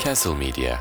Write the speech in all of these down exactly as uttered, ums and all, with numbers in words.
Castle Media.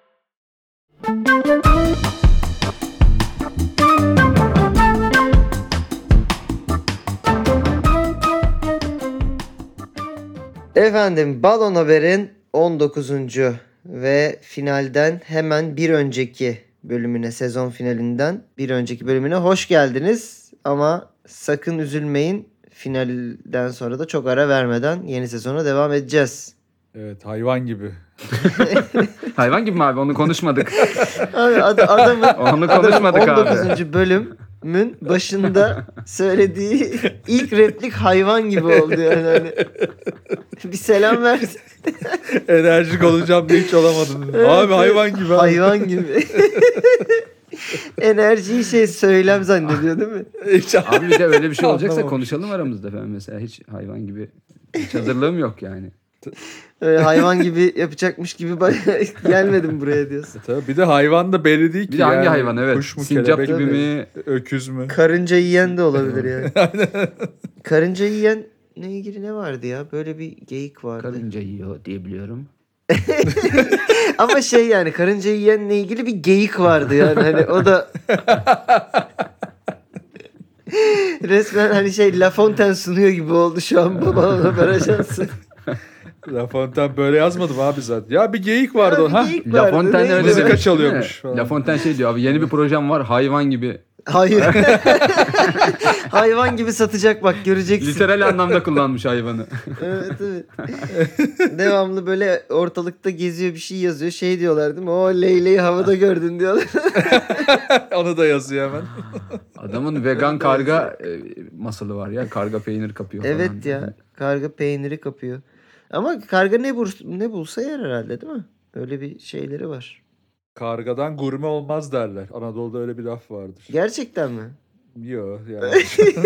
Efendim, Balon Haber'in on dokuzuncu ve finalden hemen bir önceki bölümüne, sezon finalinden bir önceki bölümüne hoş geldiniz. Ama sakın üzülmeyin, finalden sonra da çok ara vermeden yeni sezona devam edeceğiz. Evet, hayvan gibi. Hayvan gibi mi abi? Onu konuşmadık. Abi ad- adamın, Onu adamın konuşmadık on abi. dokuzuncu bölümün başında söylediği ilk replik hayvan gibi oldu yani. Hani bir selam versin. Enerjik olacağım diye hiç olamadın. Evet, Abi hayvan gibi. Abi. Hayvan gibi. Enerjiyi şey söylem zannediyor değil mi? Hiç Abi bir de öyle bir şey olacaksa Anlamamış. konuşalım aramızda falan mesela. Hiç hayvan gibi hiç hazırlığım yok yani. Öyle hayvan gibi yapacakmış gibi bayağı gelmedim buraya diyorsun. Tabii bir de hayvan da belli değil ki. Bir de hangi yani. hayvan evet. Kuş mu, Sincap kelebek gibi mi, mi? öküz mü? Karınca yiyen de olabilir yani. Karınca yiyen ne ilgili ne vardı ya? Böyle bir geyik vardı. Karınca yiyor diye biliyorum. Ama şey yani karınca yiyenle ilgili bir geyik vardı yani. Hani o da resmen hani şey La Fontaine sunuyor gibi oldu şu an bu Balon Haber Ajansı. La Fontaine böyle yazmadım abi zaten. Ya bir geyik vardı. Ya o. bir Ha? geyik La vardı, Fontaine neydi öyle o? Müzik demiş, değil mi? çalıyormuş falan. La Fontaine şey diyor abi yeni bir projem var hayvan gibi. Hayır. Hayvan gibi satacak bak göreceksin. Literal anlamda kullanmış hayvanı. Evet evet. Devamlı böyle ortalıkta geziyor bir şey yazıyor. Şey diyorlar değil mi? O leyleği havada gördün diyorlar. Onu da yazıyor hemen. Adamın vegan karga e, masalı var ya. Karga peynir kapıyor falan. Evet ya. Karga peyniri kapıyor. Ama karga ne, burs ne bulsa yer herhalde değil mi? Öyle bir şeyleri var. Kargadan gurme olmaz derler. Anadolu'da öyle bir laf vardır. Gerçekten mi? Yok yani.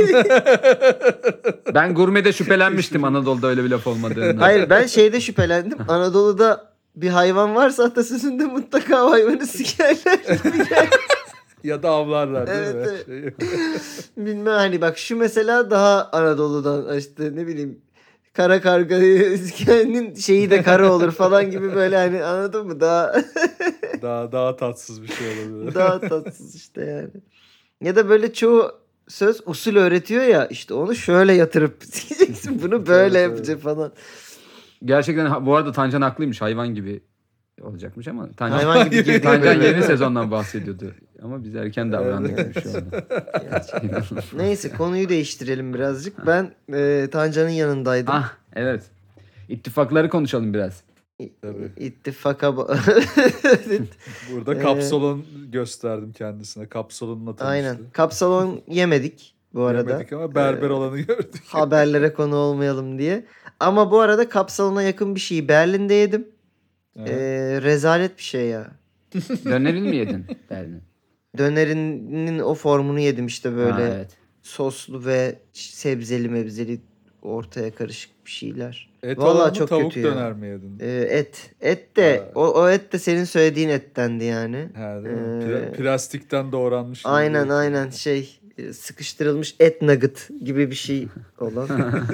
Ben gurmede şüphelenmiştim Anadolu'da öyle bir laf olmadığını. Hayır ben şeyde şüphelendim. Anadolu'da bir hayvan varsa atasözünde mutlaka o hayvanı sikerler gibi geldi. Ya da avlarlar değil Evet, mi? evet. Şey- Bilmem hani bak şu mesela daha Anadolu'dan işte ne bileyim kara karganın şeyi de kara olur falan gibi böyle hani anladın mı? Daha daha daha tatsız bir şey olabilir. daha tatsız işte yani. Ya da böyle çoğu söz usul öğretiyor ya işte onu şöyle yatırıp sikeceksin bunu böyle Evet, yapacaksın falan. Gerçekten ha- bu arada Tancan haklıymış hayvan gibi olacakmış ama Tancan, Hayvan gibi girdi. Tancan böyle. yeni sezondan bahsediyordu. Ama biz erken davrandık şu anda. Neyse konuyu değiştirelim birazcık. Ben e, Tancan'ın yanındaydım. Ah evet. İttifakları konuşalım biraz. Tabii. İttifaka ba- Burada Ee, kapsalon gösterdim kendisine. Kapsalonla tanıştı. Aynen. Kapsalon yemedik bu arada. Yemedik ama berber Ee, olanı gördük. Haberlere konu olmayalım diye. Ama bu arada Kapsalon'a yakın bir şeyi Berlin'de yedim. Aha. Ee, rezalet bir şey ya. Dönerin mi yedin derdin? Dönerinin o formunu yedim işte böyle Ha, evet. soslu ve sebzeli mebzeli ortaya karışık bir şeyler. Et Vallahi olan mı çok tavuk kötü ya. döner mi yedin? Ee, et. Et de Ha. o, o et de senin söylediğin ettendi yani. Ha, değil mi? Pla- Ee, plastikten doğranmış. gibi Aynen değil. aynen şey e, sıkıştırılmış et nugget gibi bir şey olan.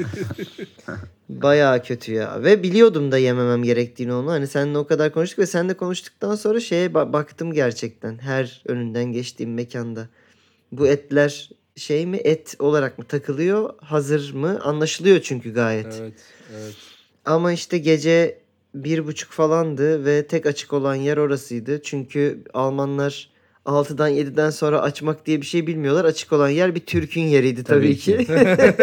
Bayağı kötü ya. Ve biliyordum da yememem gerektiğini onu. Hani seninle o kadar konuştuk ve seninle konuştuktan sonra şeye ba- baktım gerçekten. Her önünden geçtiğim mekanda. Bu etler şey mi et olarak mı takılıyor? Hazır mı? Anlaşılıyor çünkü gayet. Evet, evet. Ama işte gece bir buçuk falandı ve tek açık olan yer orasıydı. Çünkü Almanlar altıdan yediden sonra açmak diye bir şey bilmiyorlar. Açık olan yer bir Türk'ün yeriydi tabii, Tabii ki. ki.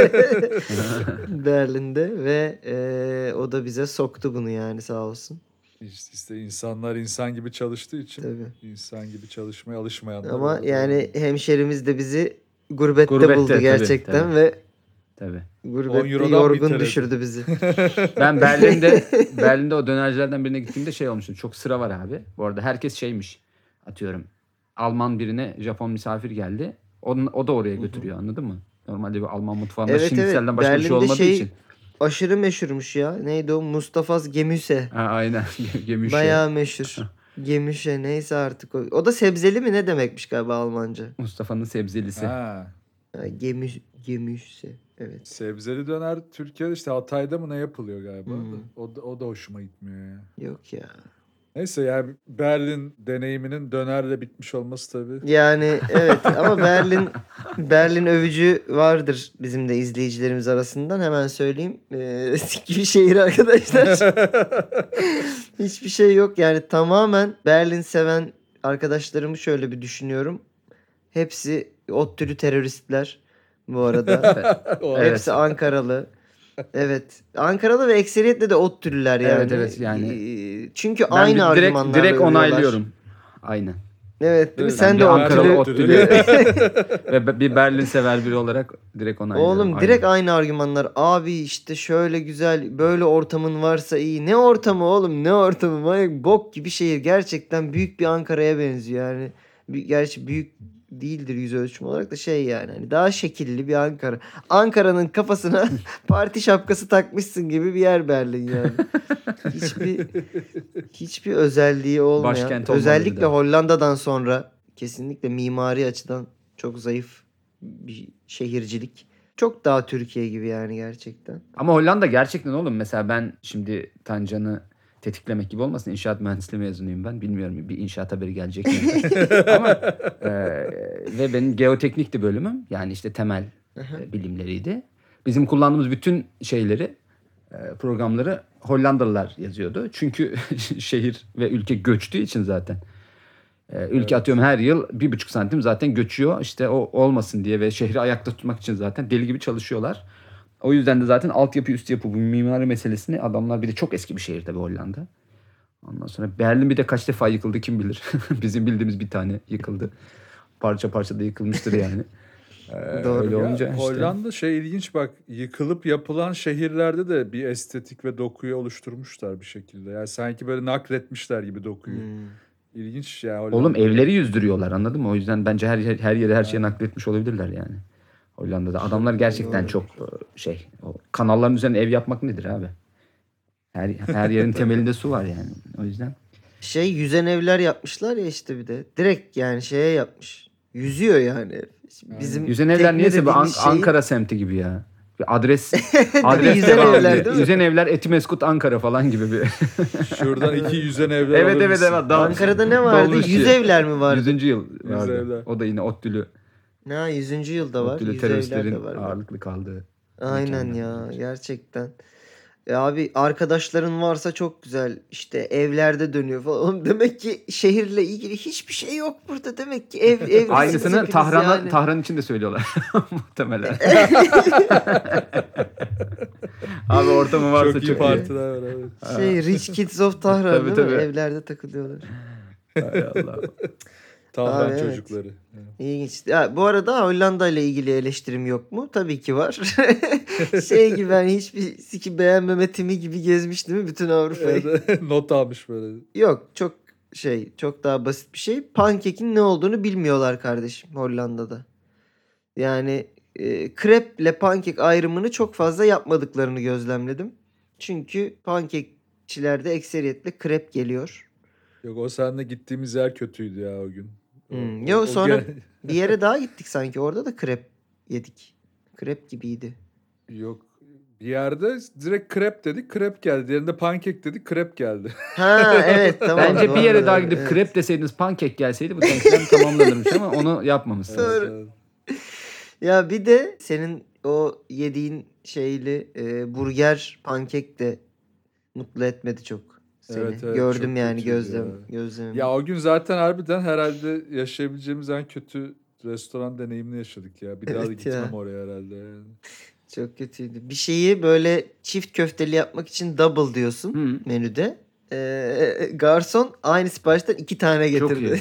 Berlin'de ve e, o da bize soktu bunu yani sağ olsun. İşte, işte insanlar insan gibi çalıştığı için Tabii. insan gibi çalışmaya alışmayanlar. Ama orada yani devam. hemşerimiz de bizi gurbette, Gurbette, buldu tabii, gerçekten tabii. ve Tabii. on gurbette Euro'dan yorgun biteledi. düşürdü bizi. Ben Berlin'de Berlin'de o dönercilerden birine gittiğimde şey olmuştu. Çok sıra var abi. Bu arada herkes şeymiş. Atıyorum. Alman birine Japon misafir geldi. Onun, o da oraya götürüyor anladın mı? Normalde bir Alman mutfağında Evet evet. şinitselden başka bir şey Berlin'de olmadığı şey için. aşırı meşhurmuş ya. Neydi o? Mustafa'z Gemüse. Ha, aynen. Gemüşe. Bayağı meşhur. Gemüşe neyse artık o. O da sebzeli mi ne demekmiş galiba Almanca? Mustafa'nın sebzelisi. Ha, Ha, gemüş, gemüşse. Evet. sebzeli döner Türkiye'de işte Hatay'da mı ne yapılıyor galiba. Hmm. O, da, o da hoşuma gitmiyor ya. Yok ya. Neyse yani Berlin deneyiminin dönerle bitmiş olması tabii. Yani evet ama Berlin Berlin övücü vardır bizim de izleyicilerimiz arasından. Hemen söyleyeyim. Ee, sik gibi şehir arkadaşlar. Hiçbir şey yok. Yani tamamen Berlin seven arkadaşlarımı şöyle bir düşünüyorum. Hepsi ODTÜ'lü teröristler bu arada. O- Evet. Hepsi Ankaralı. Evet. Ankaralı ve ekseriyetle de ODTÜ'lüler yani. Evet, evet, yani. Ee, Çünkü Ben aynı di- direkt, argümanlarla direkt övüyorlar. onaylıyorum. Aynen. Evet değil mi? Evet, Sen Ben de bir Ankaralı ODTÜ'lü. ODTÜ'lü ve be- bir Berlin sever biri olarak direkt onaylıyorum. Oğlum Aynen. direkt aynı argümanlar. Abi işte şöyle güzel, böyle ortamın varsa iyi. Ne ortamı oğlum? Ne ortamı? Vay, bok gibi şehir. Gerçekten büyük bir Ankara'ya benziyor yani. Bir- Gerçi büyük değildir yüz ölçümü olarak da şey yani. Hani daha şekilli bir Ankara. Ankara'nın kafasına parti şapkası takmışsın gibi bir yer Berlin yani. Hiçbir hiçbir özelliği olmayan. Başkent olmalı bir Özellikle de. Hollanda'dan sonra kesinlikle mimari açıdan çok zayıf bir şehircilik. Çok daha Türkiye gibi yani gerçekten. Ama Hollanda gerçekten oğlum. Mesela ben şimdi Tancan'ı tetiklemek gibi olmasın. İnşaat mühendisliği mezunuyum ben. Bilmiyorum bir inşaat haberi gelecek mi? Ama e, ve benim geoteknikti bölümüm. Yani işte temel e, bilimleriydi. Bizim kullandığımız bütün şeyleri, e, programları Hollandalılar yazıyordu. Çünkü şehir ve ülke göçtüğü için zaten. E, ülke Evet. atıyorum her yıl bir buçuk santim zaten göçüyor. İşte o olmasın diye ve şehri ayakta tutmak için zaten deli gibi çalışıyorlar. O yüzden de zaten altyapı üst yapı bu mimari meselesini adamlar, bir de çok eski bir şehir tabii Hollanda. Ondan sonra Berlin bir de kaç defa yıkıldı kim bilir. Bizim bildiğimiz bir tane yıkıldı. Parça parça da yıkılmıştır yani. Ee, Doğru. Öyle Ya, olunca işte. Hollanda şey ilginç bak, yıkılıp yapılan şehirlerde de bir estetik ve dokuyu oluşturmuşlar bir şekilde. Yani sanki böyle nakletmişler gibi dokuyu. Hmm. İlginç ya Hollanda. Oğlum evleri yüzdürüyorlar, anladın mı? O yüzden bence her her yere her şeyi nakletmiş olabilirler yani. Hollanda'da adamlar gerçekten Doğru. çok e, şey, o kanalların üzerine ev yapmak nedir abi? Her her yerin temelinde su var yani. O yüzden. Şey yüzen evler yapmışlar ya işte bir de. Direkt yani şeye yapmış. Yüzüyor yani. Bizim Yüzen evler tekne niyeyse bu An- dediğimiz şeyi- Ankara semti gibi ya. Bir adres Değil mi? adres Yüzen devamlı. evler değil mi? Yüzen evler Etimeskut Ankara falan gibi bir. Şuradan iki yüzen evler Evet, alır evet, mısın? evet. Daha- Ankara'da ne vardı? Dolmuş Yüz ya. evler mi vardı? yüzüncü yıl vardı. evler. O da yine ODTÜ'lü. Ha yüzüncü yılda var. ODTÜ'lü Yüz evler de teröristlerin var. ağırlıklı kaldığı. Aynen mekanlar. ya gerçekten. Ya abi arkadaşların varsa çok güzel. İşte evlerde dönüyor falan. Oğlum demek ki şehirle ilgili hiçbir şey yok burada. Demek ki ev ev Aynısını Tahran'a Tahran için de söylüyorlar muhtemelen. Abi ortamı varsa Çok çok, iyi iyi. partiler var. Evet. Şey Rich Kids of Tahran Tabii, değil mi? tabii. Evlerde takılıyorlar. Hay Allah. Tahran Abi, evet. çocukları. İlginç. Ya, bu arada Hollanda ile ilgili eleştirim yok mu? Tabii ki var. Şey gibi ben hiçbir siki beğenmeme timi gibi gezmiş değil mi bütün Avrupa'yı? Evet, not almış böyle. Yok çok şey çok daha basit bir şey. Pankekin ne olduğunu bilmiyorlar kardeşim Hollanda'da. Yani e, kreple pankek ayrımını çok fazla yapmadıklarını gözlemledim. Çünkü pankekçilerde ekseriyetle krep geliyor. Yok o seninle gittiğimiz yer kötüydü ya o gün. O- Hmm. o- Yo o sonra gen- bir yere daha gittik sanki. Orada da krep yedik. Krep gibiydi. Yok bir yerde direkt krep dedik, krep geldi. Diğerinde pankek dedik, krep geldi. Ha evet tamam. Bence bir doğru, yere daha doğru, gidip evet. krep deseydiniz, pankek gelseydi bu denklem tamamlanırmış ama onu yapmamışsınız. Doğru. Evet, Ya bir de senin o yediğin şeyli e, burger pankek de mutlu etmedi çok seni. Evet, evet, Gördüm çok yani kötüydü gözlem ya. gözlemim. Ya o gün zaten harbiden herhalde yaşayabileceğimiz en kötü restoran deneyimini yaşadık ya. Bir daha da Evet ya. gitmem oraya herhalde. Yani. Çok kötüydü. Bir şeyi böyle çift köfteli yapmak için double diyorsun Hı. menüde. Ee, garson aynı siparişten iki tane Çok getirdi.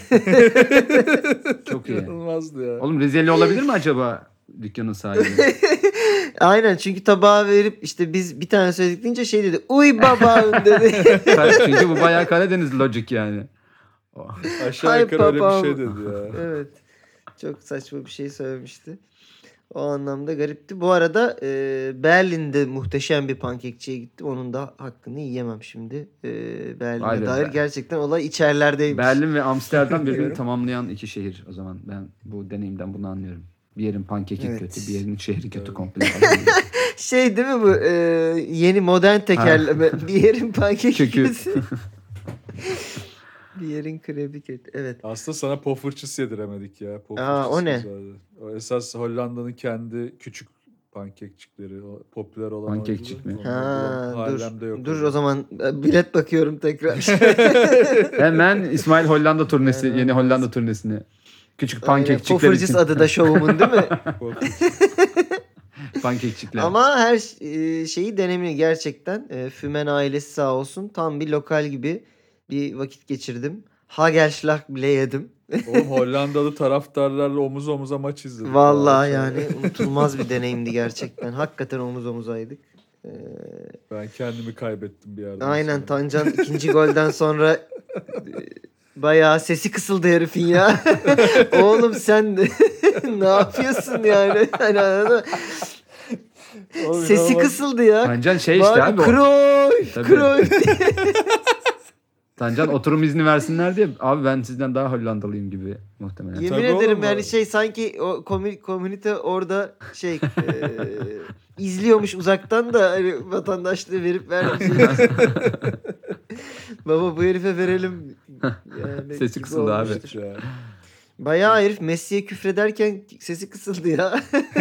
Çok iyi. İnanılmazdı ya. Oğlum Rizeli olabilir mi acaba dükkanın sahibi? Aynen çünkü tabağı verip işte biz bir tane söyledik deyince şey dedi. Uy babam dedi. Çünkü bu bayağı Karadeniz logic yani. O. Aşağı Ay yukarı öyle babam. bir şey dedi ya. Evet. Çok saçma bir şey söylemişti. O anlamda garipti. Bu arada e, Berlin'de muhteşem bir pankekçiye gittim. Onun da hakkını yiyemem şimdi. E, Berlin'e Vay be, dair Ber- gerçekten olay içerilerdeymiş. Berlin ve Amsterdam birbirini Biliyorum. tamamlayan iki şehir o zaman. Ben bu deneyimden bunu anlıyorum. Bir yerin pankeki Evet. kötü, bir yerin şehri kötü Evet. komple. Şey değil mi bu e, yeni modern tekerleme. Bir yerin Kökü. pankekçisi. Bir yerin krebi kötü. Evet. Aslında sana pofurçis yediremedik ya. Aa, o ne? Pofurçis vardı. O esas Hollanda'nın kendi küçük pankekçikleri. O popüler olan Pankekçik oydu da. mi? Onları Ha, bulan dur. Harlem'de yok. Dur orada. o zaman e, bilet bakıyorum tekrar. Hemen İsmail Hollanda turnesi, Aynen. yeni Hollanda turnesini. Küçük Aynen, pankekçikler Pofurcus için. adı da şovumun değil mi? Pofurçis. Pankekçikler. Ama her ş- e, şeyi deneyimli gerçekten. E, Fümen ailesi sağ olsun. Tam bir lokal gibi bir vakit geçirdim. Hagelschlag bile yedim. Oğlum Hollandalı taraftarlarla omuz omuza maç izledik. Vallahi Harika. yani unutulmaz bir deneyimdi gerçekten. Hakikaten omuz omuzaydık. Ee, Ben kendimi kaybettim bir yerden aynen sonra. Tancan ikinci golden sonra e, bayağı sesi kısıldı herifin ya. Oğlum sen ne yapıyorsun yani? Hani anladın mı? Oğlum Sesi inanılmaz. kısıldı ya. Tancan şey işte Var, abi. o- Cruyff, Tabii. Cruyff. Tancan oturum izni versinler diye abi ben sizden daha Hollandalıyım gibi muhtemelen. Yemin Tabii ederim oğlum, yani o- şey sanki o komü- komünite orada şey e, izliyormuş uzaktan da hani vatandaşlığı verip vermeyecek. Baba bu herife verelim. Yani Sesi gibi kısıldı abi. olmuştur. Ya. Bayağı herif Messi'ye küfrederken sesi kısıldı ya.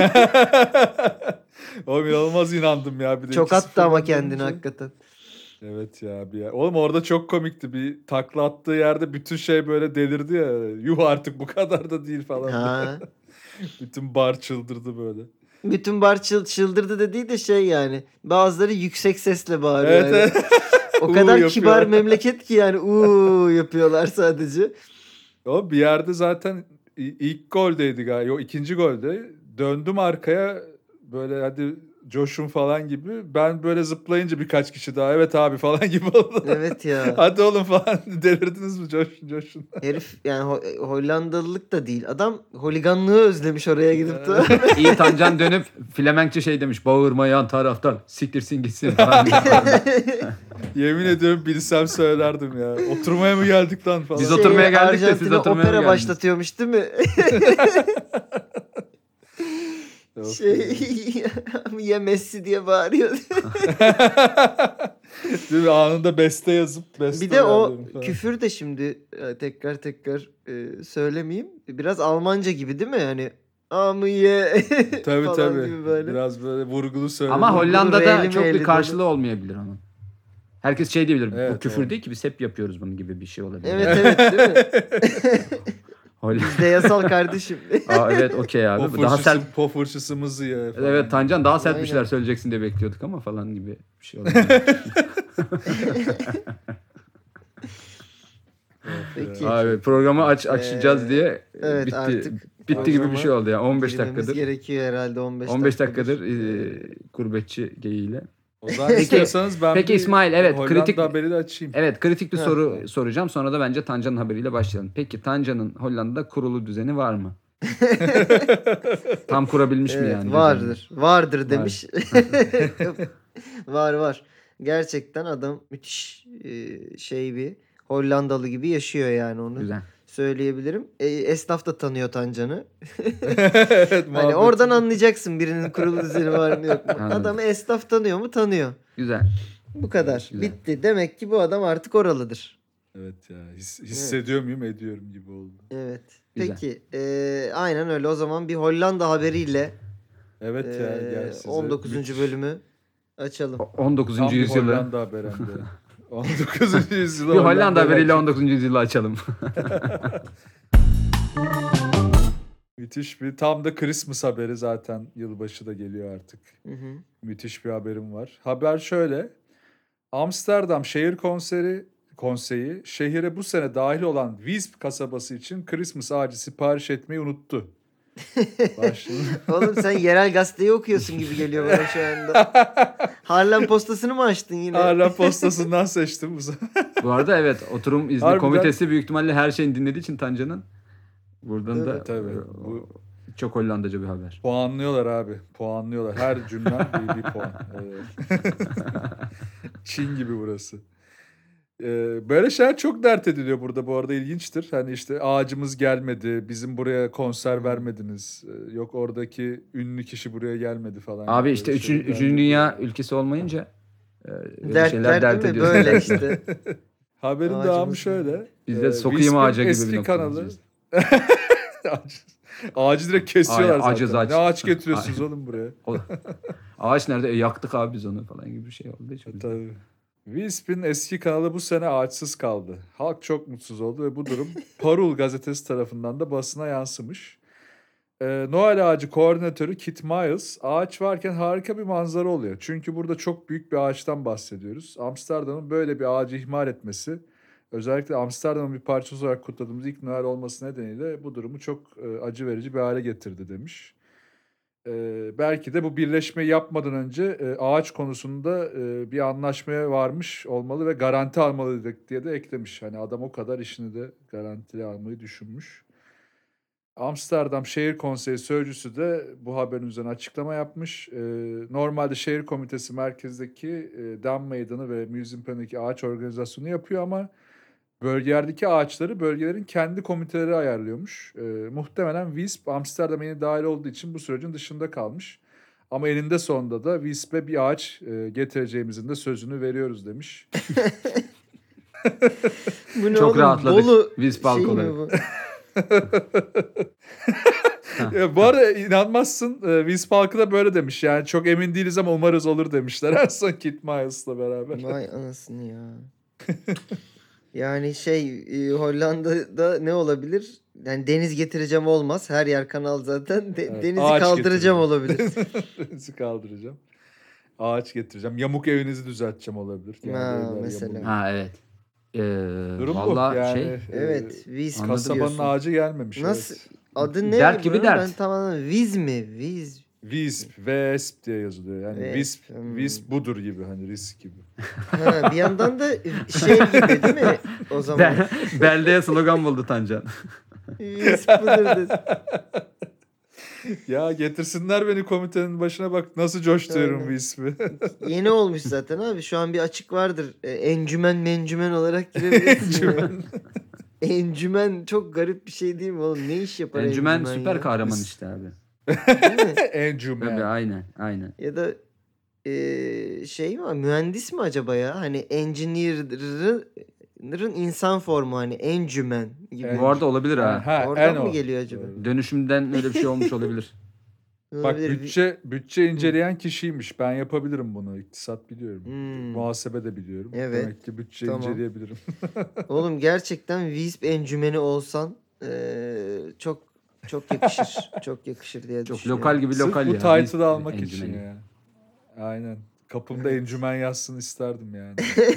Oğlum inanılmaz inandım ya. Bir de Çok iki attı sıfırdan ama kendini dönünce. hakikaten. Evet ya bir yer. Oğlum orada çok komikti. Bir takla attığı yerde bütün şey böyle delirdi ya. Yuh artık bu kadar da değil falan. Ha. Bütün bar çıldırdı böyle. Bütün bar çıl- çıldırdı dediği de şey yani. Bazıları yüksek sesle bağırıyor. Evet, yani. evet. O Uuu kadar yapıyor. kibar memleket ki yani uuu yapıyorlar sadece. O bir yerde zaten i- ilk goldeydi galiba. Yok ikinci golde. Döndüm arkaya böyle hadi coşun falan gibi. Ben böyle zıplayınca birkaç kişi daha evet abi falan gibi oldu. Evet ya. Hadi oğlum falan delirdiniz mi coşun coşun. Herif yani Ho- Hollandalılık da değil. Adam holiganlığı özlemiş oraya gidip de. İyi Tancan dönüp Flemenkçe şey demiş. Bağırmayan taraftar siktirsin gitsin falan. Yemin ediyorum bilsem söylerdim ya. Oturmaya mı geldik lan falan. Biz oturmaya geldik de siz Arjantin'e oturmaya mı opera geldiniz? başlatıyormuş değil mi? Yok şey ya Messi diye bağırıyor. Değil mi? Anında beste yazıp beste Bir de o uyarlıyorum falan. küfür de şimdi e, tekrar tekrar e, söylemeyeyim. Biraz Almanca gibi değil mi? Hani amı ye Tabii falan tabii. gibi böyle. Biraz böyle vurgulu söyle. Ama Vurgulu, Hollanda'da reyli çok meyli bir karşılığı olmayabilir onun. Herkes şey diyebilir. Evet, bu küfür evet. değil ki biz hep yapıyoruz bunun gibi bir şey olabilir. Evet evet değil mi? Holl- Bizde yasal kardeşim. Aa, evet okey abi. Po Daha fırçısı, sert. po fırçısımızı ye falan. Evet Tancan daha sert bir Aynen. şeyler söyleyeceksin diye bekliyorduk ama falan gibi bir şey olabilir. Peki. Abi programı aç açacağız Ee, diye evet, bitti. artık bitti gibi bir programa şey oldu ya. on beş Girmemiz dakikadır. gerekiyor herhalde on beş on beş dakikadır e, gurbetçi geyiğiyle. O zaman istiyorsanız ben Peki bir İsmail, evet, Hollanda kritik- haberi de açayım. Evet kritik bir Ha. soru soracağım. Sonra da bence Tancan'ın haberiyle başlayalım. Peki Tancan'ın Hollanda'da kurulu düzeni var mı? Tam kurabilmiş mi Evet, yani? vardır. Vardır Var. demiş. var var. Gerçekten adam müthiş e, şey bir Hollandalı gibi yaşıyor yani onu Güzel. söyleyebilirim. E, esnaf da tanıyor Tancan'ı. Evet, Hani muhabbet. oradan anlayacaksın birinin kurulu düzeni var mı yok mu. Anladım. Adamı esnaf tanıyor mu? Tanıyor. Güzel. Bu kadar. Güzel. Bitti. Demek ki bu adam artık oralıdır. Evet ya his- hissediyor muyum ediyorum gibi oldu. Evet. Güzel. Peki. e, aynen öyle. O zaman bir Hollanda haberiyle Evet ya e, gel size. on dokuzuncu müthiş- bölümü açalım. on Tam dokuzuncu bir yüzyılı. Hollanda haberi hem de. on dokuzuncu yüzyılı Bir Hollanda haberiyle belki. on dokuzuncu yüzyılı açalım. Müthiş bir tam da Christmas haberi zaten yılbaşı da geliyor artık. Hı hı. Müthiş bir haberim var. Haber şöyle. Amsterdam Şehir Konseri Konseyi şehire bu sene dahil olan Wisp kasabası için Christmas ağacı sipariş etmeyi unuttu. Başını... Oğlum sen yerel gazeteyi okuyorsun gibi geliyor bana şu anda. Harlem postasını mı açtın yine? Hala postasından seçtim bu sefer. Bu arada evet oturum izni Harbiden- komitesi büyük ihtimalle her şeyini dinlediği için Tancan'ın buradan da Evet, tabii. e, Bu- çok Hollandaca bir haber. Puanlıyorlar abi. Puanlıyorlar. Her cümlem bir, bir puan. Evet. Çin gibi burası. Ee, böyle şeyler çok dert ediliyor burada bu arada ilginçtir. Hani işte ağacımız gelmedi, bizim buraya konser vermediniz. Ee, yok oradaki ünlü kişi buraya gelmedi falan. Abi gibi işte böyle üçün, şeyler üçüncü dert dünya ediliyor. ülkesi olmayınca e, öyle şeyler Dertler dert değil mi? ediyorsun. Böyle işte. Haberin Ağacımız devamı mı? şöyle. Biz de Ee, sokayım Wisp'in ağaca gibi eski bir kanalı. noktamız. Ağacı- Ağacı direkt kesiyorlar Ay, zaten. acız ağaç. Ne ağaç getiriyorsunuz oğlum buraya? O, ağaç nerede? E, yaktık abi biz onu falan gibi bir şey oldu. Hiç E, Tabii. Wisp'in eski kanalı bu sene ağaçsız kaldı. Halk çok mutsuz oldu ve bu durum Parul gazetesi tarafından da basına yansımış. Ee, Noel Ağacı koordinatörü Kit Miles, ağaç varken harika bir manzara oluyor. Çünkü burada çok büyük bir ağaçtan bahsediyoruz. Amsterdam'ın böyle bir ağacı ihmal etmesi, özellikle Amsterdam'ın bir parçası olarak kutladığımız ilk Noel olması nedeniyle bu durumu çok e, acı verici bir hale getirdi demiş. Ee, belki de bu birleşmeyi yapmadan önce e, ağaç konusunda e, bir anlaşmaya varmış olmalı ve garanti almalıydık diye de eklemiş. Hani adam o kadar işini de garantili almayı düşünmüş. Amsterdam Şehir Konseyi Sözcüsü de bu haberin üzerine açıklama yapmış. Ee, normalde şehir komitesi merkezdeki e, Dam Meydanı ve Museum'daki ağaç organizasyonu yapıyor ama bölgelerdeki ağaçları bölgelerin kendi komiteleri ayarlıyormuş. Ee, muhtemelen Wisp Amsterdam'a yeni dahil olduğu için bu sürecin dışında kalmış. Ama eninde sonunda da Wisp'e bir ağaç e, getireceğimizin de sözünü veriyoruz demiş. Bu ne Çok oğlum? rahatladık. Bolu Wisp şey halk mi olarak. bu? Ya bu arada inanmazsın e, Wisp halkı da böyle demiş. Yani çok emin değiliz ama umarız olur demişler. En son Kit Miles'la beraber. Vay anasını ya. Yani şey e, Hollanda'da ne olabilir? Yani deniz getireceğim olmaz. Her yer kanal zaten. De- Evet, denizi ağaç kaldıracağım getireceğim. olabilir. Denizi kaldıracağım. Ağaç getireceğim. Yamuk evinizi düzelteceğim olabilir. Genelde Ha, evler mesela. yamuk. Ha evet. Ee, Durum vallahi bu. Yani şey e, Evet. Wisp Anladım. kasabanın diyorsun. ağacı gelmemiş. Nasıl? Evet. Adı ne? Dert gibi bunun? dert. Ben tamamen Wiz mi? Wiz. Wisp, Vesp diye yazılıyor. Yani Vesp, Wisp, hmm. Wisp budur gibi hani risk gibi. Ha, bir yandan da şey gibi değil mi? O zaman. Bel- beldeye slogan buldu Tancan. Wiz budur dedi. Ya getirsinler beni komitenin başına bak nasıl coşturuyorum Aynen. Wisp'i. Yeni olmuş zaten abi. Şu an bir açık vardır. E, encümen mencümen olarak girebilirsin. Encümen. Encümen çok garip bir şey değil mi oğlum? Ne iş yapar Encümen encümen süper ya? kahraman işte abi. Değil mi? Encümen. Tabii aynen aynen. Ya da e, şey mi? Mühendis mi acaba ya? Hani engineer'ın insan formu hani encümen gibi. En- Bu arada olabilir Yani, ha. ha, Oradan en mı o. geliyor acaba? Doğru. Dönüşümden öyle bir şey olmuş olabilir. Bak Olabilir. bütçe bütçe inceleyen kişiymiş. Ben yapabilirim bunu. İktisat biliyorum. Hmm. Muhasebe de biliyorum. Evet. Demek ki bütçe Tamam. inceleyebilirim. Oğlum gerçekten Wisp encümeni olsan e, çok çok yakışır. Çok yakışır diye Çok düşünüyorum. lokal gibi Sırf lokal bu ya. title'ı Biz- almak için encümeni. ya. Aynen. Kapımda Evet. encümen yazsın isterdim yani.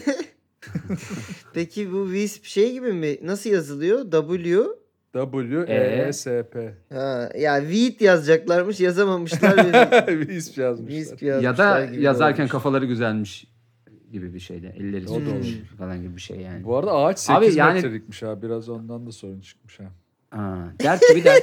Peki bu Wisp şey gibi mi? Nasıl yazılıyor? W. W E S P. Ha, ya Weed yazacaklarmış yazamamışlar. ve Wisp yazmışlar. Wisp Ya yazmışlar da gibi yazarken olmuş. kafaları güzelmiş gibi bir şeyde. Elleri O da tutmuş olur. falan gibi bir şey yani. Bu arada ağaç Abi sekiz yani- metrelikmiş ha. Biraz ondan da sorun çıkmış ha. Ha, dert gibi dert.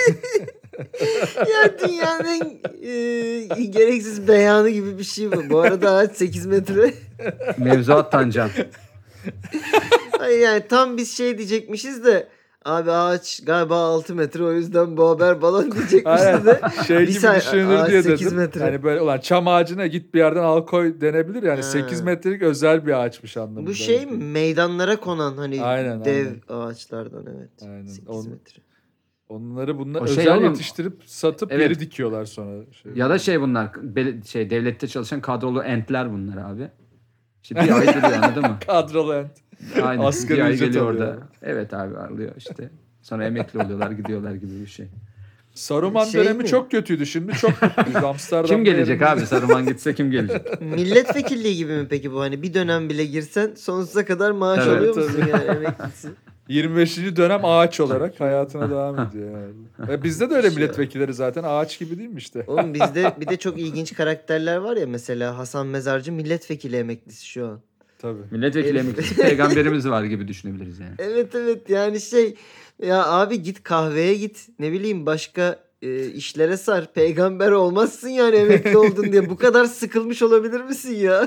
Ya dünyanın en e, gereksiz beyanı gibi bir şey bu. Bu arada ağaç sekiz metre. Mevzuat Tancan. Ay yani tam biz şey diyecekmişiz de abi ağaç galiba altı metre o yüzden bu haber balon diyecekmişiz Aynen. de. Şey Bir gibi saniye, düşünülür ağaç diye sekiz dedim. metre. Hani böyle ulan çam ağacına git bir yerden al koy denebilir. Yani Ha. sekiz metrelik özel bir ağaçmış anlamında. Bu şey mi? Meydanlara konan hani Aynen, dev aynen. ağaçlardan evet. Aynen. sekiz On- metre. Onları bunlar O şey özel oğlum- yetiştirip satıp Evet. geri dikiyorlar sonra. Şey. Ya da şey bunlar bel- şey devlette çalışan kadrolu entler bunlar abi. İşte bir ay duruyor anladın mı? Kadrolu ent. Aynen. Asgari bir ay ücret geliyor alıyor. orada. Evet abi alıyor işte. Sonra emekli oluyorlar gidiyorlar gibi bir şey. Saruman Şey dönemi mi? çok kötüydü. Şimdi çok mutluyuz. Amsterdam'da Kim gelecek yerimiz- abi? Saruman gitse kim gelecek? Milletvekilliği gibi mi peki bu hani bir dönem bile girsen sonsuza kadar maaş Evet, alıyor musun tabii. yani emeklisin? yirmi beşinci dönem ağaç olarak hayatına devam ediyor. Yani. E bizde de öyle Şey- milletvekilleri zaten ağaç gibi değil mi işte? Oğlum bizde bir de çok ilginç karakterler var ya mesela Hasan Mezarcı milletvekili emeklisi şu an. Tabii. Milletvekili Herif- emeklisi peygamberimiz var gibi düşünebiliriz yani. Evet evet yani şey ya abi git kahveye git ne bileyim başka e, işlere sar peygamber olmazsın yani emekli oldun diye bu kadar sıkılmış olabilir misin ya?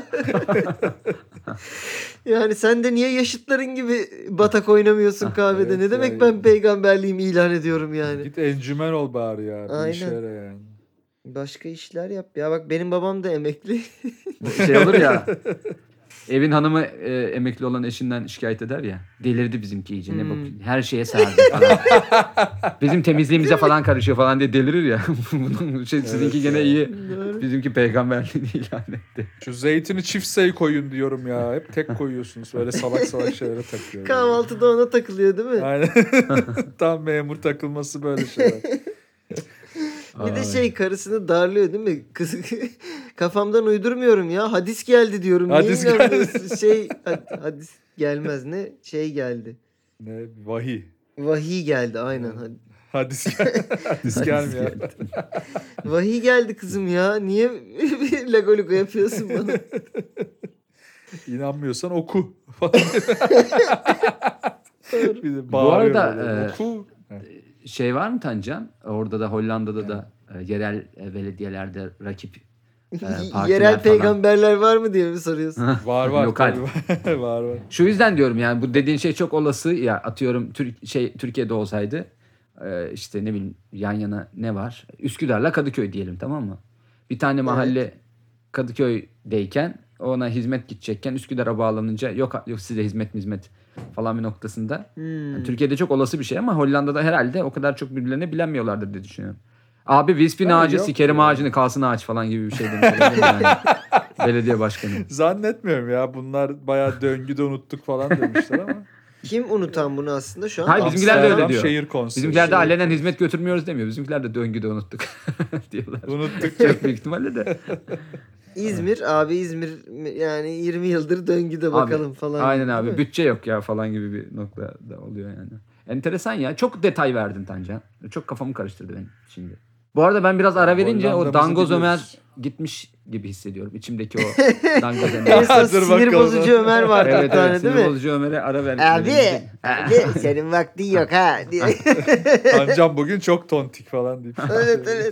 Yani sen de niye yaşıtların gibi batak oynamıyorsun kahvede Evet ne demek ya. ben peygamberliğimi ilan ediyorum yani. Git encümen ol bari ya. Bir işe Aynen. yara yani. Başka işler yap ya bak benim babam da emekli. Bu şey olur ya Evin hanımı e, emekli olan eşinden şikayet eder ya. Delirdi bizimki iyice. Ne Hmm. bak her şeye sardı falan. Bizim temizliğimize falan karışıyor falan diye delirir ya. Bunun şey, sizinki gene iyi. Bizimki peygamberliğini ilan etti. Şu zeytini çift sayı koyun diyorum ya. Hep tek koyuyorsunuz. Böyle salak salak şeylere takıyorum. Kahvaltıda ona takılıyor değil mi? Aynen. Tam memur takılması böyle şeyler. Bir de Ay. şey karısını darlıyor değil mi? Kız, kafamdan uydurmuyorum ya. Hadis geldi diyorum. Hadis Niye geldi. inanmıyorsun? Şey had- hadis gelmez ne? Şey geldi. Ne? Vahiy. Vahiy geldi aynen. Had- Hadis, gel Hadis gelmiyor. Vahiy geldi kızım ya. Niye lago lugo yapıyorsun bana? İnanmıyorsan oku. Bir de Bu arada, bağırıyor böyle, e, oku. Şey var mı Tancan? Orada da Hollanda'da da e, yerel e, belediyelerde rakip e, partiler Yerel falan. peygamberler var mı diye mi soruyorsun? Var var. Lokal. tabii, var var. Şu yüzden diyorum yani bu dediğin şey çok olası ya atıyorum Türk şey Türkiye'de olsaydı e, işte ne bileyim yan yana ne var? Üsküdar'la Kadıköy diyelim tamam mı? Bir tane mahalle Kadıköy'deyken ona hizmet gidecekken Üsküdar'a bağlanınca yok yok size hizmet hizmet falan bir noktasında. Hmm. Yani Türkiye'de çok olası bir şey ama Hollanda'da herhalde o kadar çok birbirlerini bilenmiyorlardır diye düşünüyorum. Abi Wispin Abi ağacı yok sikerim ya. ağacını kalsın ağaç falan gibi bir şey demiş olabilir yani. Belediye başkanı. Zannetmiyorum ya. Bunlar bayağı döngüde unuttuk falan demişler ama. Kim unutan bunu aslında şu an? Hayır, bizimkiler de öyle Amsterdam diyor. Şehir Konseyi. Bizimkiler de Şey, alenen hizmet götürmüyoruz demiyor. Bizimkiler de döngüde unuttuk diyorlar. Unuttuk. Çok büyük ihtimalle de. İzmir abi İzmir yani yirmi yıldır döngüde Abi, bakalım falan. Aynen değil abi. mi? Bütçe yok ya falan gibi bir nokta da oluyor yani. Enteresan ya. Çok detay verdin Tancan. Çok kafamı karıştırdı benim şimdi. Bu arada ben biraz ara verince o Hollanda'mızı Dangoz Ömer biliyoruz. gitmiş gibi hissediyorum. İçimdeki o Dangoz En Ömer. son Dur sinir bakalım. bozucu Ömer vardı Evet bir tane evet. değil Sinir mi? bozucu Ömer'e ara ver. Abi, verince- abi senin vaktin yok ha diye. Ancam bugün çok tontik falan deyip. evet evet.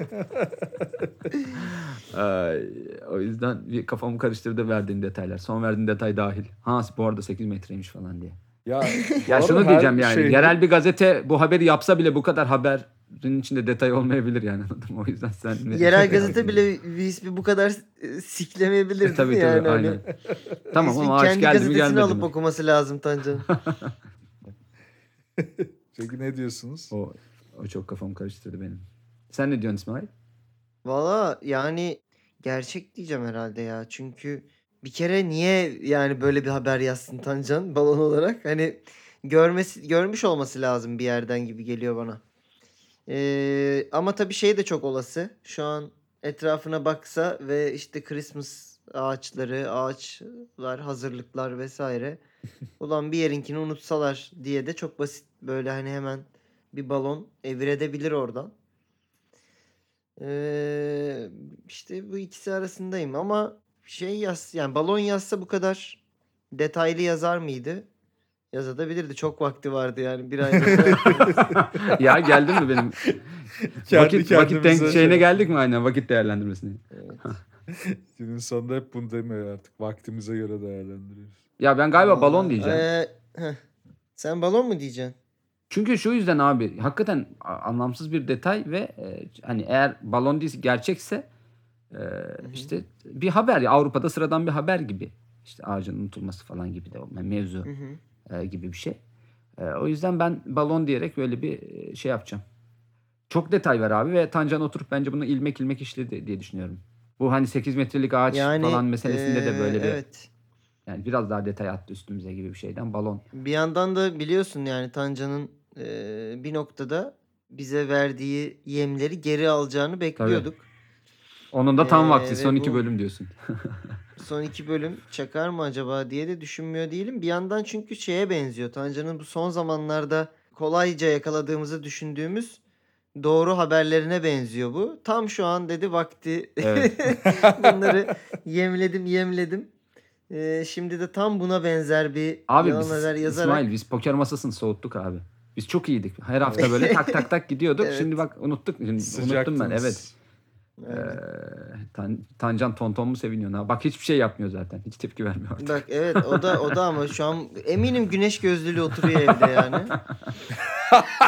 Ay, o yüzden bir kafamı karıştırdı verdiğin detaylar. Son verdiğin detay dahil. Ha bu arada sekiz metreymiş falan diye. Ya, Ya bu şunu arada diyeceğim her yani. şehrin- Yerel bir gazete bu haberi yapsa bile bu kadar haberin içinde detay olmayabilir yani anladın mı? O yüzden sen... Yerel gazete bile Vispi bu kadar e, siklemeyebilir değil tabii mi tabii yani? aynen. Hani Tamam Vispi ama ağaç kendi geldi mi gazetesini gelmedi alıp mi? okuması lazım Tancan. Peki ne diyorsunuz? O, o çok kafamı karıştırdı benim. Sen ne diyorsun İsmail? Valla yani gerçek diyeceğim herhalde ya. Çünkü bir kere niye yani böyle bir haber yazsın Tancan balon olarak? Hani görmesi görmüş olması lazım bir yerden gibi geliyor bana. Ee, ama tabii şey de çok olası. Şu an etrafına baksa ve işte Christmas ağaçları, ağaçlar, hazırlıklar vesaire. Ulan bir yerinkini unutsalar diye de çok basit böyle hani hemen bir balon evirebilir oradan. Ee, işte bu ikisi arasındayım ama şey yaz yani balon yazsa bu kadar detaylı yazar mıydı? Yazabilirdi. Çok vakti vardı yani bir ay. Ya geldin mi benim? Kendi vakit vakit kendimize denk şeyine şey- geldik mi aynen vakit değerlendirmesine? Günün sonunda hep bunu demiyor artık. Vaktimize göre değerlendiriyoruz. Ya ben galiba balon Vallahi, diyeceğim. ee, heh. Sen balon mu diyeceksin? Çünkü şu yüzden abi hakikaten a- anlamsız bir detay ve e, hani eğer balon değilse gerçekse e, işte bir haber ya Avrupa'da sıradan bir haber gibi. İşte ağacın unutulması falan gibi de olma mevzu Hı hı. e, gibi bir şey. E, o yüzden ben balon diyerek böyle bir e, şey yapacağım. Çok detay var abi ve Tancan oturup bence bunu ilmek ilmek işledi diye düşünüyorum. Bu hani sekiz metrelik ağaç Yani falan meselesinde de ee, böyle bir evet. yani biraz daha detay attı üstümüze gibi bir şeyden balon. Bir yandan da biliyorsun yani Tancan'ın ee, bir noktada bize verdiği yemleri geri alacağını bekliyorduk. Onun da tam Ee, vakti ve son iki bu- bölüm diyorsun. Son iki bölüm çakar mı acaba diye de düşünmüyor değilim. Bir yandan çünkü şeye benziyor. Tancan'ın bu son zamanlarda kolayca yakaladığımızı düşündüğümüz doğru haberlerine benziyor bu. Tam şu an dedi vakti. Evet. Bunları yemledim yemledim. Ee, şimdi de tam buna benzer bir Abi yalan biz, haber yazarak. İsmail biz poker masasını soğuttuk abi. Biz çok iyiydik. Her hafta böyle tak tak tak gidiyorduk. Evet. Şimdi bak unuttuk. Şimdi unuttum Sıcaktınız. ben evet. Ee, Aynen. tan, Tancan tonton mu seviniyor? Ha? Bak hiçbir şey yapmıyor zaten. Hiç tepki vermiyor artık. Bak evet o da o da ama şu an eminim güneş gözlülüğü oturuyor evde yani.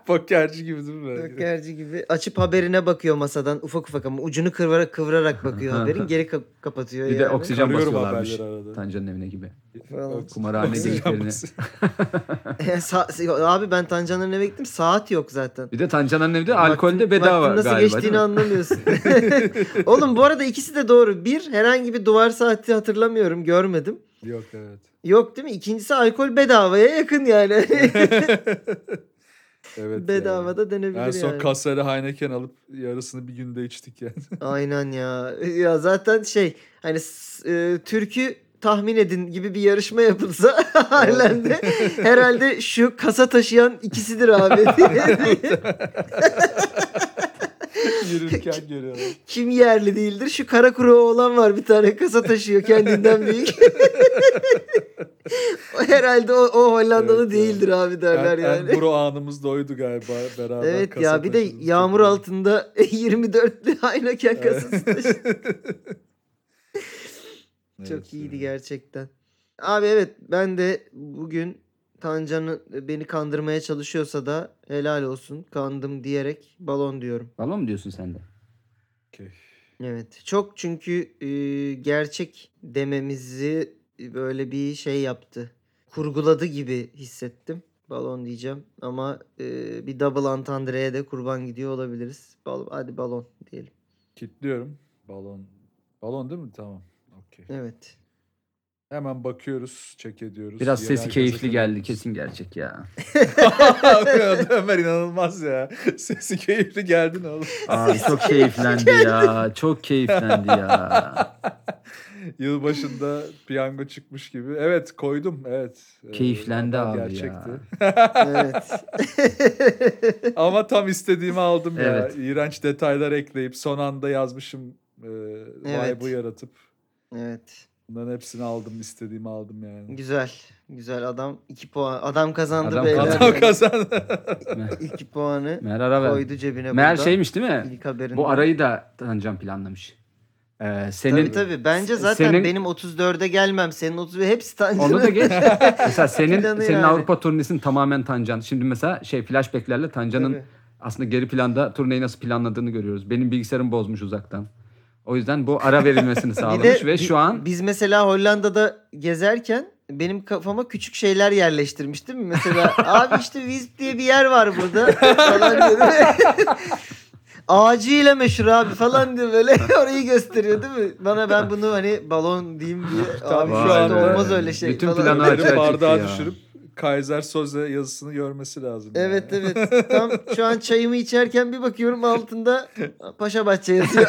Pokerci gibi değil mi? Pokerci gibi. Açıp haberine bakıyor masadan ufak ufak ama ucunu kıvırarak, kıvırarak bakıyor haberin. Geri ka- kapatıyor Bir yani. de oksijen Arıyorum basıyorlarmış. haberleri arada. Tancan'ın evine gibi. Falan. Kumarhane Oksijen geyiklerini. basıyor. Sa- abi ben Tancan'ın eve gittim. Saat yok zaten. Bir de Tancan'ın evde Vaktin- alkolde bedava vaktin nasıl galiba değil geçtiğini mi? anlamıyorsun. Oğlum bu arada ikisi de doğru. Bir, herhangi bir duvar saati hatırlamıyorum. Görmedim. Yok evet. Yok değil mi? İkincisi alkol bedavaya yakın yani. Evet Bedava yani. da denebilir En son yani. kasayla Heineken alıp yarısını bir günde içtik yani. Aynen ya. Ya zaten şey hani s- e, türkü tahmin edin gibi bir yarışma yapılsa halen de herhalde şu kasa taşıyan ikisidir abi. Yürürken görüyorlar. Kim yerli değildir? Şu kara kuru oğlan var bir tane kasa taşıyor kendinden büyük. O herhalde o, o Hollandalı Evet ya. değildir abi derler En, yani. en bro anımız da oydu galiba. Beraber Evet kasa ya bir de taşıdığımız yağmur çok altında yirmi dörtlü Heineken Evet. kasası taşıyor. Evet Çok iyiydi ya. gerçekten. Abi evet ben de bugün Tancan'ı beni kandırmaya çalışıyorsa da helal olsun kandım diyerek balon diyorum. Balon mu diyorsun sen de? Okey. Evet çok çünkü e, gerçek dememizi böyle bir şey yaptı. Kurguladı gibi hissettim. Balon diyeceğim ama e, bir double entendre'ye de kurban gidiyor olabiliriz. Bal- hadi balon diyelim. Kilitliyorum. Balon. Balon değil mi? Tamam. Okey. Evet. Hemen bakıyoruz. Check ediyoruz. Biraz Yerel sesi keyifli geldi. gazetelerimiz. Kesin gerçek ya. Ömer inanılmaz ya. Sesi keyifli geldi ne oğlum. Abi çok keyiflendi ya. Çok keyiflendi ya. Yılbaşında piyango çıkmış gibi. Evet koydum. Evet. Ee, Keyiflendi haber abi gerçekti. Evet. Ama tam istediğimi aldım ya. Evet. İğrenç detaylar ekleyip son anda yazmışım. E, Evet. vibe'ı yaratıp. Evet. Bunların hepsini aldım. İstediğimi aldım yani. Güzel. Güzel adam iki puan. Adam kazandı Adam beyler. Adam yani. kazandı. iki puanı Mer ara ver. koydu cebine Mer burada. şeymiş değil mi? İlk haberinde. Bu arayı da Tancan planlamış. Ee, senin Tabii tabii. Bence zaten senin- benim otuz dörde gelmem. Senin otuz beş hepsi Tancan'ın. onu da geç. Mesela senin Planı senin yani. Avrupa turnesinin tamamen Tancan. Şimdi mesela şey flashback'lerle Tancan'ın Tabii. aslında geri planda turneyi nasıl planladığını görüyoruz. Benim bilgisayarım bozmuş uzaktan. O yüzden bu ara verilmesini Bir sağlamış de ve bi- şu an biz mesela Hollanda'da gezerken benim kafama küçük şeyler yerleştirmiş değil mi? Mesela abi işte Wisp diye bir yer var burada falan diyor. Ağacıyla meşhur abi falan diyor böyle orayı gösteriyor değil mi? Bana ben bunu hani balon diyeyim diye. Tam Abi şu işte anda olmaz öyle şey bütün falan. planı Ömer'in açığa çıktı bardağı ya. düşürüp Kaiser Soze yazısını görmesi lazım. Evet yani. evet. Tam şu an çayımı içerken bir bakıyorum altında Paşa Bahçe yazıyor.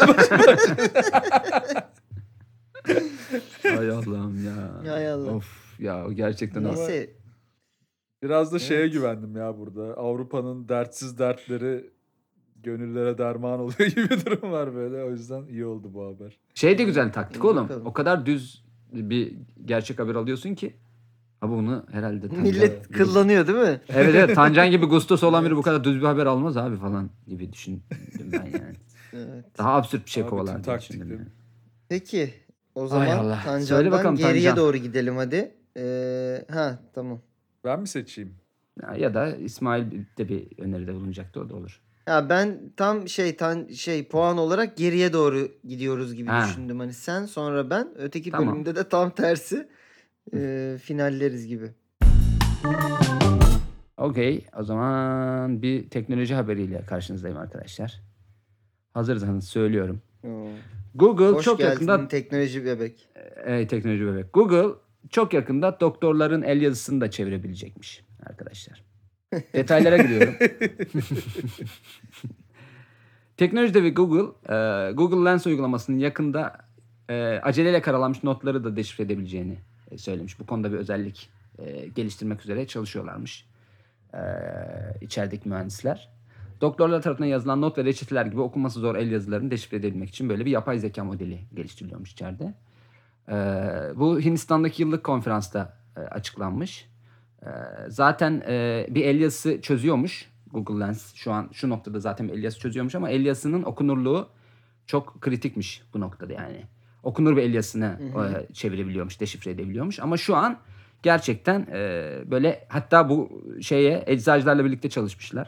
Hay Allah'ım ya. Hay Allah. Of ya o gerçekten Ama- Neyse. Biraz da şeye Evet. güvendim ya burada. Avrupa'nın dertsiz dertleri gönüllere derman oluyor gibi bir durum var böyle. O yüzden iyi oldu bu haber. Şey de güzel taktik İyi oğlum. bakalım. O kadar düz bir gerçek haber alıyorsun ki. Abi bunu herhalde Tancan- Millet kıllanıyor değil mi? Evet evet Tancan gibi gustosu olan biri bu kadar düz bir haber almaz abi falan gibi düşündüm ben yani. Evet. Daha absürt bir şey Abi kovalar tüm diye düşündüm taktikleri. yani. Peki. O zaman Allah. Tancan'dan Söyle bakalım geriye Tancan. doğru gidelim hadi. Ee, ha tamam. Ben mi seçeyim? Ya, ya da İsmail de bir öneride bulunacaktı o da olur. Ya ben tam şey tan şey puan olarak geriye doğru gidiyoruz gibi Ha. düşündüm. Hani sen sonra ben öteki Tamam. bölümde de tam tersi ee, finalleriz gibi. Okey o zaman bir teknoloji haberiyle karşınızdayım arkadaşlar. Hazırsanız söylüyorum. Oo. Google Hoş çok geldin yakında teknoloji bebek. Ey teknoloji bebek. Google çok yakında doktorların el yazısını da çevirebilecekmiş arkadaşlar. Detaylara giriyorum. Teknoloji devi Google, e, Google Lens uygulamasının yakında e, aceleyle karalanmış notları da deşifre edebileceğini e, söylemiş. Bu konuda bir özellik e, geliştirmek üzere çalışıyorlarmış e, içerideki mühendisler. Doktorlar tarafından yazılan not ve reçeteler gibi okunması zor el yazılarını deşifre edebilmek için böyle bir yapay zeka modeli geliştiriliyormuş içeride. Ee, bu Hindistan'daki yıllık konferansta e, açıklanmış. Ee, zaten e, bir el yazısı çözüyormuş Google Lens. Şu an şu noktada zaten bir el yazısı çözüyormuş ama el yazısının okunurluğu çok kritikmiş bu noktada yani. Okunur bir el yazısını e, çevirebiliyormuş, deşifre edebiliyormuş. Ama şu an gerçekten e, böyle hatta bu şeye eczacılarla birlikte çalışmışlar.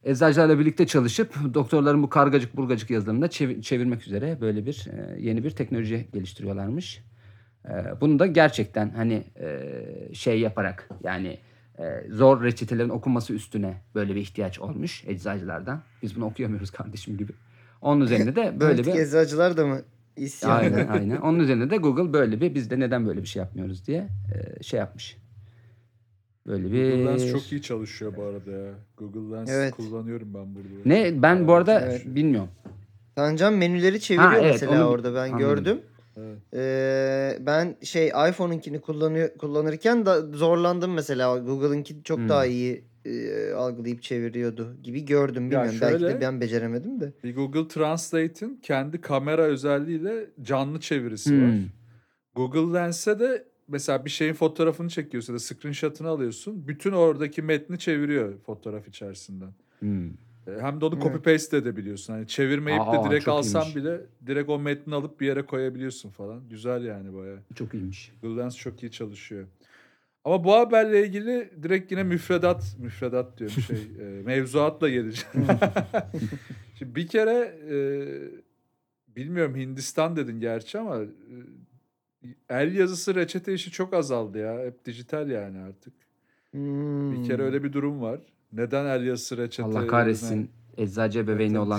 eczacılarla birlikte çalışıp doktorların bu kargacık burgacık yazılımını da çev- çevirmek üzere böyle bir e, yeni bir teknoloji geliştiriyorlarmış. E, bunu da gerçekten hani e, şey yaparak yani e, zor reçetelerin okunması üstüne böyle bir ihtiyaç olmuş eczacılardan. Biz bunu okuyamıyoruz kardeşim gibi. Onun üzerine de böyle Artık bir eczacılar da mı isyan? aynen aynen. Onun üzerine de Google böyle bir biz de neden böyle bir şey yapmıyoruz diye e, şey yapmış. Böyle bir Google Lens çok iyi çalışıyor bu arada ya. Google Lens Evet. kullanıyorum ben burada. Ne ben bu arada Evet. bilmiyorum. Tancan menüleri çeviriyor Ha, evet, mesela onu- orada ben anladım. gördüm. Evet. Ee, ben şey iPhone'unkini kullanıyor kullanırken da zorlandım mesela. Google'ınki çok Hmm. daha iyi e, algılayıp çeviriyordu gibi gördüm. Ya Bilmiyorum belki de şöyle- ben beceremedim de. Bir Google Translate'in kendi kamera özelliğiyle canlı çevirisi Hmm. var. Google Lens'e de mesela bir şeyin fotoğrafını çekiyorsun da screenshot'ını alıyorsun. Bütün oradaki metni çeviriyor fotoğraf içerisinden. Hmm. E, Hem de onu Evet. copy paste edebiliyorsun. Hani çevirmeyip Aa, de direkt çok alsan iyiymiş. bile direkt o metni alıp bir yere koyabiliyorsun falan. Güzel yani bayağı. Çok iyiymiş. Google Lens çok iyi çalışıyor. Ama bu haberle ilgili direkt yine müfredat, müfredat diyorum şey, e, mevzuatla geleceğim. Şimdi bir kere e, bilmiyorum Hindistan dedin gerçi ama e, el yazısı reçete işi çok azaldı ya. Hep dijital yani artık. Hmm. Bir kere öyle bir durum var. Neden el yazısı reçete Allah kahretsin. Eczacı ebeveyni Evet, evet. olan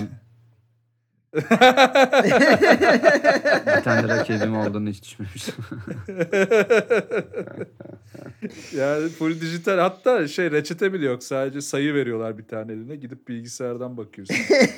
bir tane rakibim olduğunu hiç düşünmemiştim. Yani full dijital, hatta şey reçete bile yok, sadece sayı veriyorlar bir tane eline, gidip bilgisayardan bakıyorsun.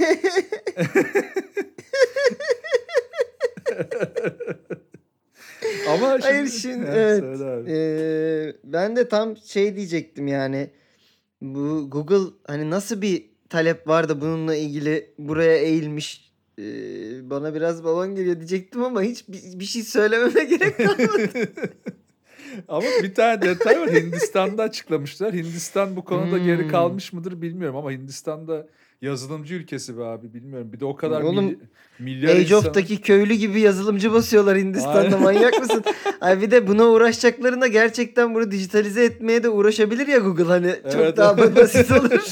Ama şimdi, Hayır şimdi Ha, evet. söyle abi. Ee, ben de tam şey diyecektim yani. Bu Google hani nasıl bir talep var da bununla ilgili buraya eğilmiş. Ee, bana biraz balon geliyor diyecektim ama hiç bir, bir şey söylememe gerek kalmadı. Ama bir tane detay var, Hindistan'da açıklamışlar. Hindistan bu konuda geri Hmm. kalmış mıdır bilmiyorum ama Hindistan'da yazılımcı ülkesi be abi, bilmiyorum. Bir de o kadar Oğlum, mily- milyar Age insanın- of'taki köylü gibi yazılımcı basıyorlar Hindistan'da, Aynen. manyak mısın? Ay bir de buna uğraşacaklarına gerçekten bunu dijitalize etmeye de uğraşabilir ya Google, hani çok Evet, daha evet. basit olur.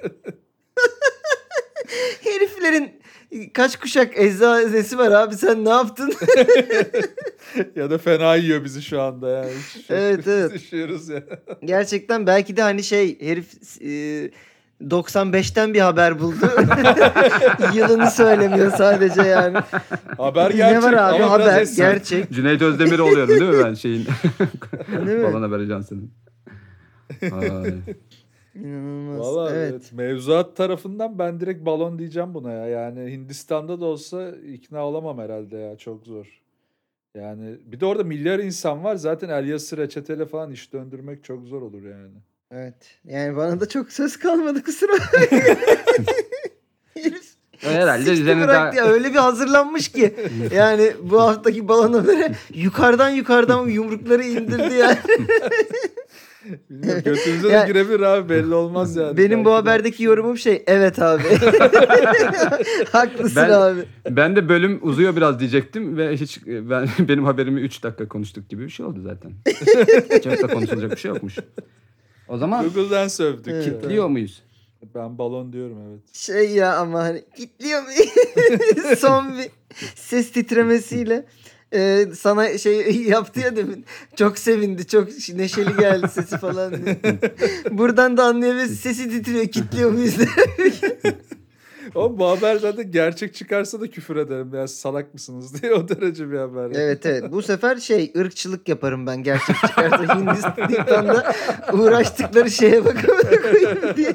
Heriflerin kaç kuşak eczanesi var abi, sen ne yaptın? Ya da fena yiyor bizi şu anda yani. Hiç- Evet, biz evet. düşüyoruz ya. Gerçekten belki de hani şey herif e, doksan beşten bir haber buldu. Yılını söylemiyor sadece yani. Haber gerçek Ne var abi, ama biraz haber eski. gerçek. Cüneyt Özdemir oluyorum değil mi ben şeyin? Değil mi? Balon Haber Ajansı'nın. Ay. İnanılmaz. Valla evet. evet. Mevzuat tarafından ben direkt balon diyeceğim buna ya. Yani Hindistan'da da olsa ikna olamam herhalde ya. Çok zor. Yani bir de orada milyar insan var. Zaten el yazısı reçeteyle falan iş döndürmek çok zor olur yani. Evet. Yani bana da çok söz kalmadı, kusura bakmayın. Herif Herhalde sikti üzerine bıraktı daha... ya. Öyle bir hazırlanmış ki. Yani bu haftaki balona böyle yukarıdan yukarıdan yumrukları indirdi yani. Bilmiyorum, götümüze de Yani- girebilir abi, belli olmaz yani. Benim Belki bu de- haberdeki yorumum şey. Evet abi. Haklısın Ben- abi. Ben de bölüm uzuyor biraz diyecektim ve hiç ben benim haberimi üç dakika konuştuk gibi bir şey oldu zaten. Çok da konuşulacak bir şey yokmuş. O zaman Google'dan sövdük. Evet. Evet. kilitliyor muyuz? Ben balon diyorum, evet. Şey ya, ama hani kilitliyor mu? Son bir ses titremesiyle e, sana şey yaptı ya demin. Çok sevindi, çok neşeli geldi sesi falan diye. Buradan da anlayabiliriz, sesi titriyor, kilitliyor muyuz diye. Ama bu haber zaten gerçek çıkarsa da küfür ederim. Ya salak mısınız diye, o derece bir haber. Evet evet, bu sefer şey ırkçılık yaparım ben gerçek çıkarsa. Hindistan'da uğraştıkları şeye bakıyorum diye.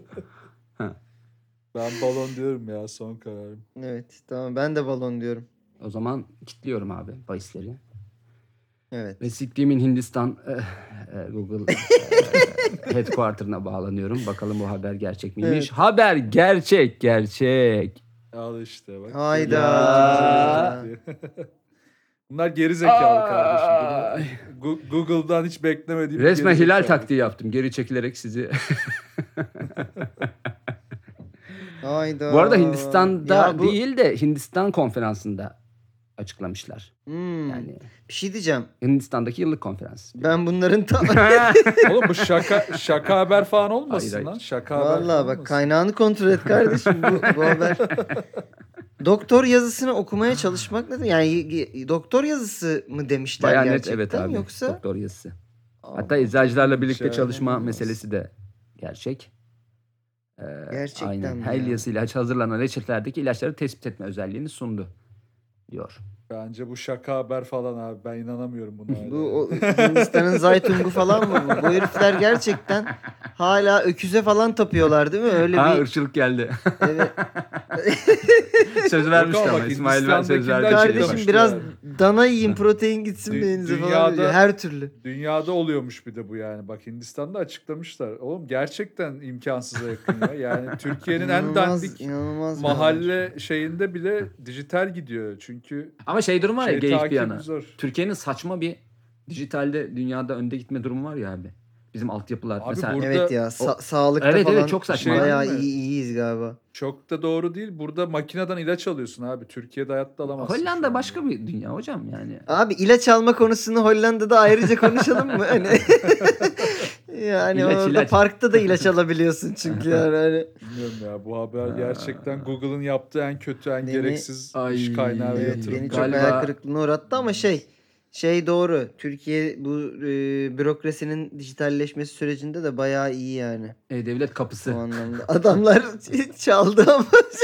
Ben balon diyorum ya, son kararım. Evet tamam, ben de balon diyorum. O zaman kilitliyorum abi bahisleri. Evet. Ve siktiğimin Hindistan eh, eh, Google eh, headquarter'ına bağlanıyorum. Bakalım bu haber gerçek miymiş? Evet. Haber gerçek, gerçek. Al işte bak. Hayda. Ya. Bunlar geri zekalı Ay. kardeşim. Bunu Gu- Google'dan hiç beklemediğim Resmen geri hilal zekalı. taktiği yaptım. Geri çekilerek sizi... Hayda. Bu arada Hindistan'da Ya bu- değil de Hindistan konferansında açıklamışlar. Hmm. Yani Bir şey diyeceğim. Hindistan'daki yıllık konferans. Ben bunların tam... Oğlum bu şaka şaka haber falan olmasın Hayır, hayır. lan. Şaka haber Vallahi falan bak olmasın. kaynağını kontrol et kardeşim bu, bu haber. Doktor yazısını okumaya çalışmak nedir? Yani y- y- doktor yazısı mı demişler Bayağı net gerçekten evet abi. yoksa? Doktor yazısı. Allah, Hatta eczacılarla birlikte yani çalışma inanılmaz. meselesi de gerçek. Ee, Gerçekten aynen. mi Helyas ya? ilaç hazırlanan reçetelerdeki ilaçları tespit etme özelliğini sundu diyor. Bence bu şaka haber falan abi. Ben inanamıyorum buna. hala. Bu o, Hindistan'ın Zaytungu falan mı bu? Bu herifler gerçekten hala öküze falan tapıyorlar değil mi? Öyle Ha bir ırkçılık geldi. evet. söz vermişti ama ama bak, İsmail ben söz Hindistan'dakinden verdi. açıklamış. Kardeşim biraz yani. dana yiyin protein gitsin Dü- beyninize falan dünyada- diyor. Her türlü. Dünyada oluyormuş bir de bu yani. Bak Hindistan'da açıklamışlar. Oğlum gerçekten imkansıza yakın ya. Yani Türkiye'nin en İnanılmaz, dandik inanılmaz bir haber. mahalle şeyinde bile dijital gidiyor. Çünkü Ama şey durum var ya şey geyik bir takibi yana. zor. Türkiye'nin saçma bir dijitalde dünyada önde gitme durumu var ya abi. Bizim altyapılar. Abi Mesela burada- Evet ya sa- O- sağlıkta Evet, evet, falan çok saçma. bayağı Şey değil mi? iyi, iyiyiz galiba. Çok da doğru değil. Burada makineden ilaç alıyorsun abi. Türkiye'de hayatta alamazsın. şu Hollanda anda. başka bir dünya hocam yani. Abi ilaç alma konusunu Hollanda'da ayrıca konuşalım mı? Hani yani İlaç, orada ilaç. parkta da ilaç alabiliyorsun çünkü yani. Hani. Bilmiyorum ya bu haber gerçekten Google'ın yaptığı en kötü en Beni- gereksiz Ay, iş kaynağı ve Evet, yatırım. beni çok Galiba- hayal kırıklığına uğrattı ama şey şey doğru. Türkiye bu e, bürokrasinin dijitalleşmesi sürecinde de bayağı iyi yani. E, devlet kapısı. O anlamda. Adamlar çaldı ama.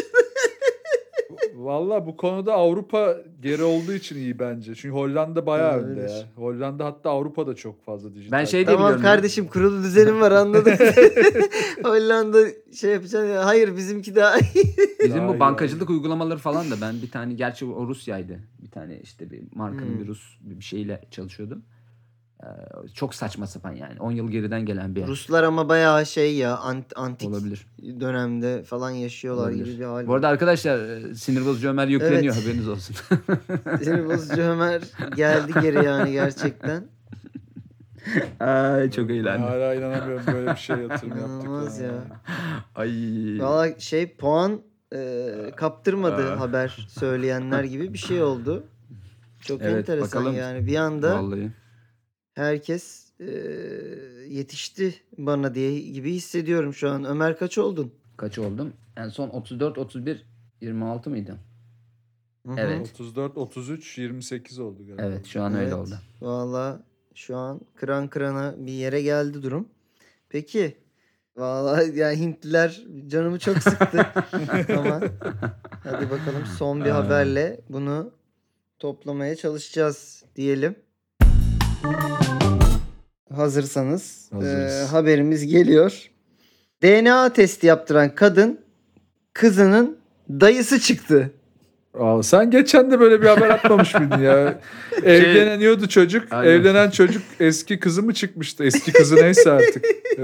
Valla bu konuda Avrupa geri olduğu için iyi bence. Çünkü Hollanda bayağı önde Olabilir. ya. Hollanda hatta Avrupa'da çok fazla dijital. Ben şey Tamam diyebiliyorum. kardeşim kurulu düzenim var anladık. Hollanda şey yapacaksın ya. Hayır bizimki daha iyi. Bizim Daha bu iyi bankacılık uygulamaları falan da ben bir tane gerçi o Rusya'ydı. Bir tane işte bir markanın Hmm. bir Rus bir şeyle çalışıyordum. Ee, çok saçma sapan yani. on yıl geriden gelen bir yer. Ruslar ama bayağı şey ya ant- antik Olabilir. dönemde falan yaşıyorlar Olabilir. gibi bir hal. Bu arada arkadaşlar e, sinir bozucu Ömer yükleniyor Evet. haberiniz olsun. Sinir bozucu Ömer geldi geri yani gerçekten. Ay çok Ben eğlendim. hala inanamıyorum böyle bir şey yatırım İnanılmaz yaptık. ya. Ay. Valla şey puan e, kaptırmadı Aa. haber söyleyenler gibi bir şey oldu. Çok Evet, enteresan bakalım. yani. Bir anda Vallahi. herkes e, yetişti bana diye gibi hissediyorum şu an. Ömer kaç oldun? Kaç oldum? En son otuz dört otuz bir yirmi altı mıydı? Hı hı. Evet. otuz dört otuz üç yirmi sekiz oldu galiba. Evet şu an öyle Evet. oldu. Valla şu an kıran kırana bir yere geldi durum. Peki. Valla yani Hintliler canımı çok sıktı. Ama hadi bakalım son bir Aa. haberle bunu toplamaya çalışacağız diyelim. Hazırsanız Hazırız. e, haberimiz geliyor. D N A testi yaptıran kadın kızının dayısı çıktı. Aa, sen geçen de böyle bir haber atmamış mıydın ya? Evleniyordu çocuk. Aynen. Evlenen çocuk eski kızı mı çıkmıştı? Eski kızı neyse artık.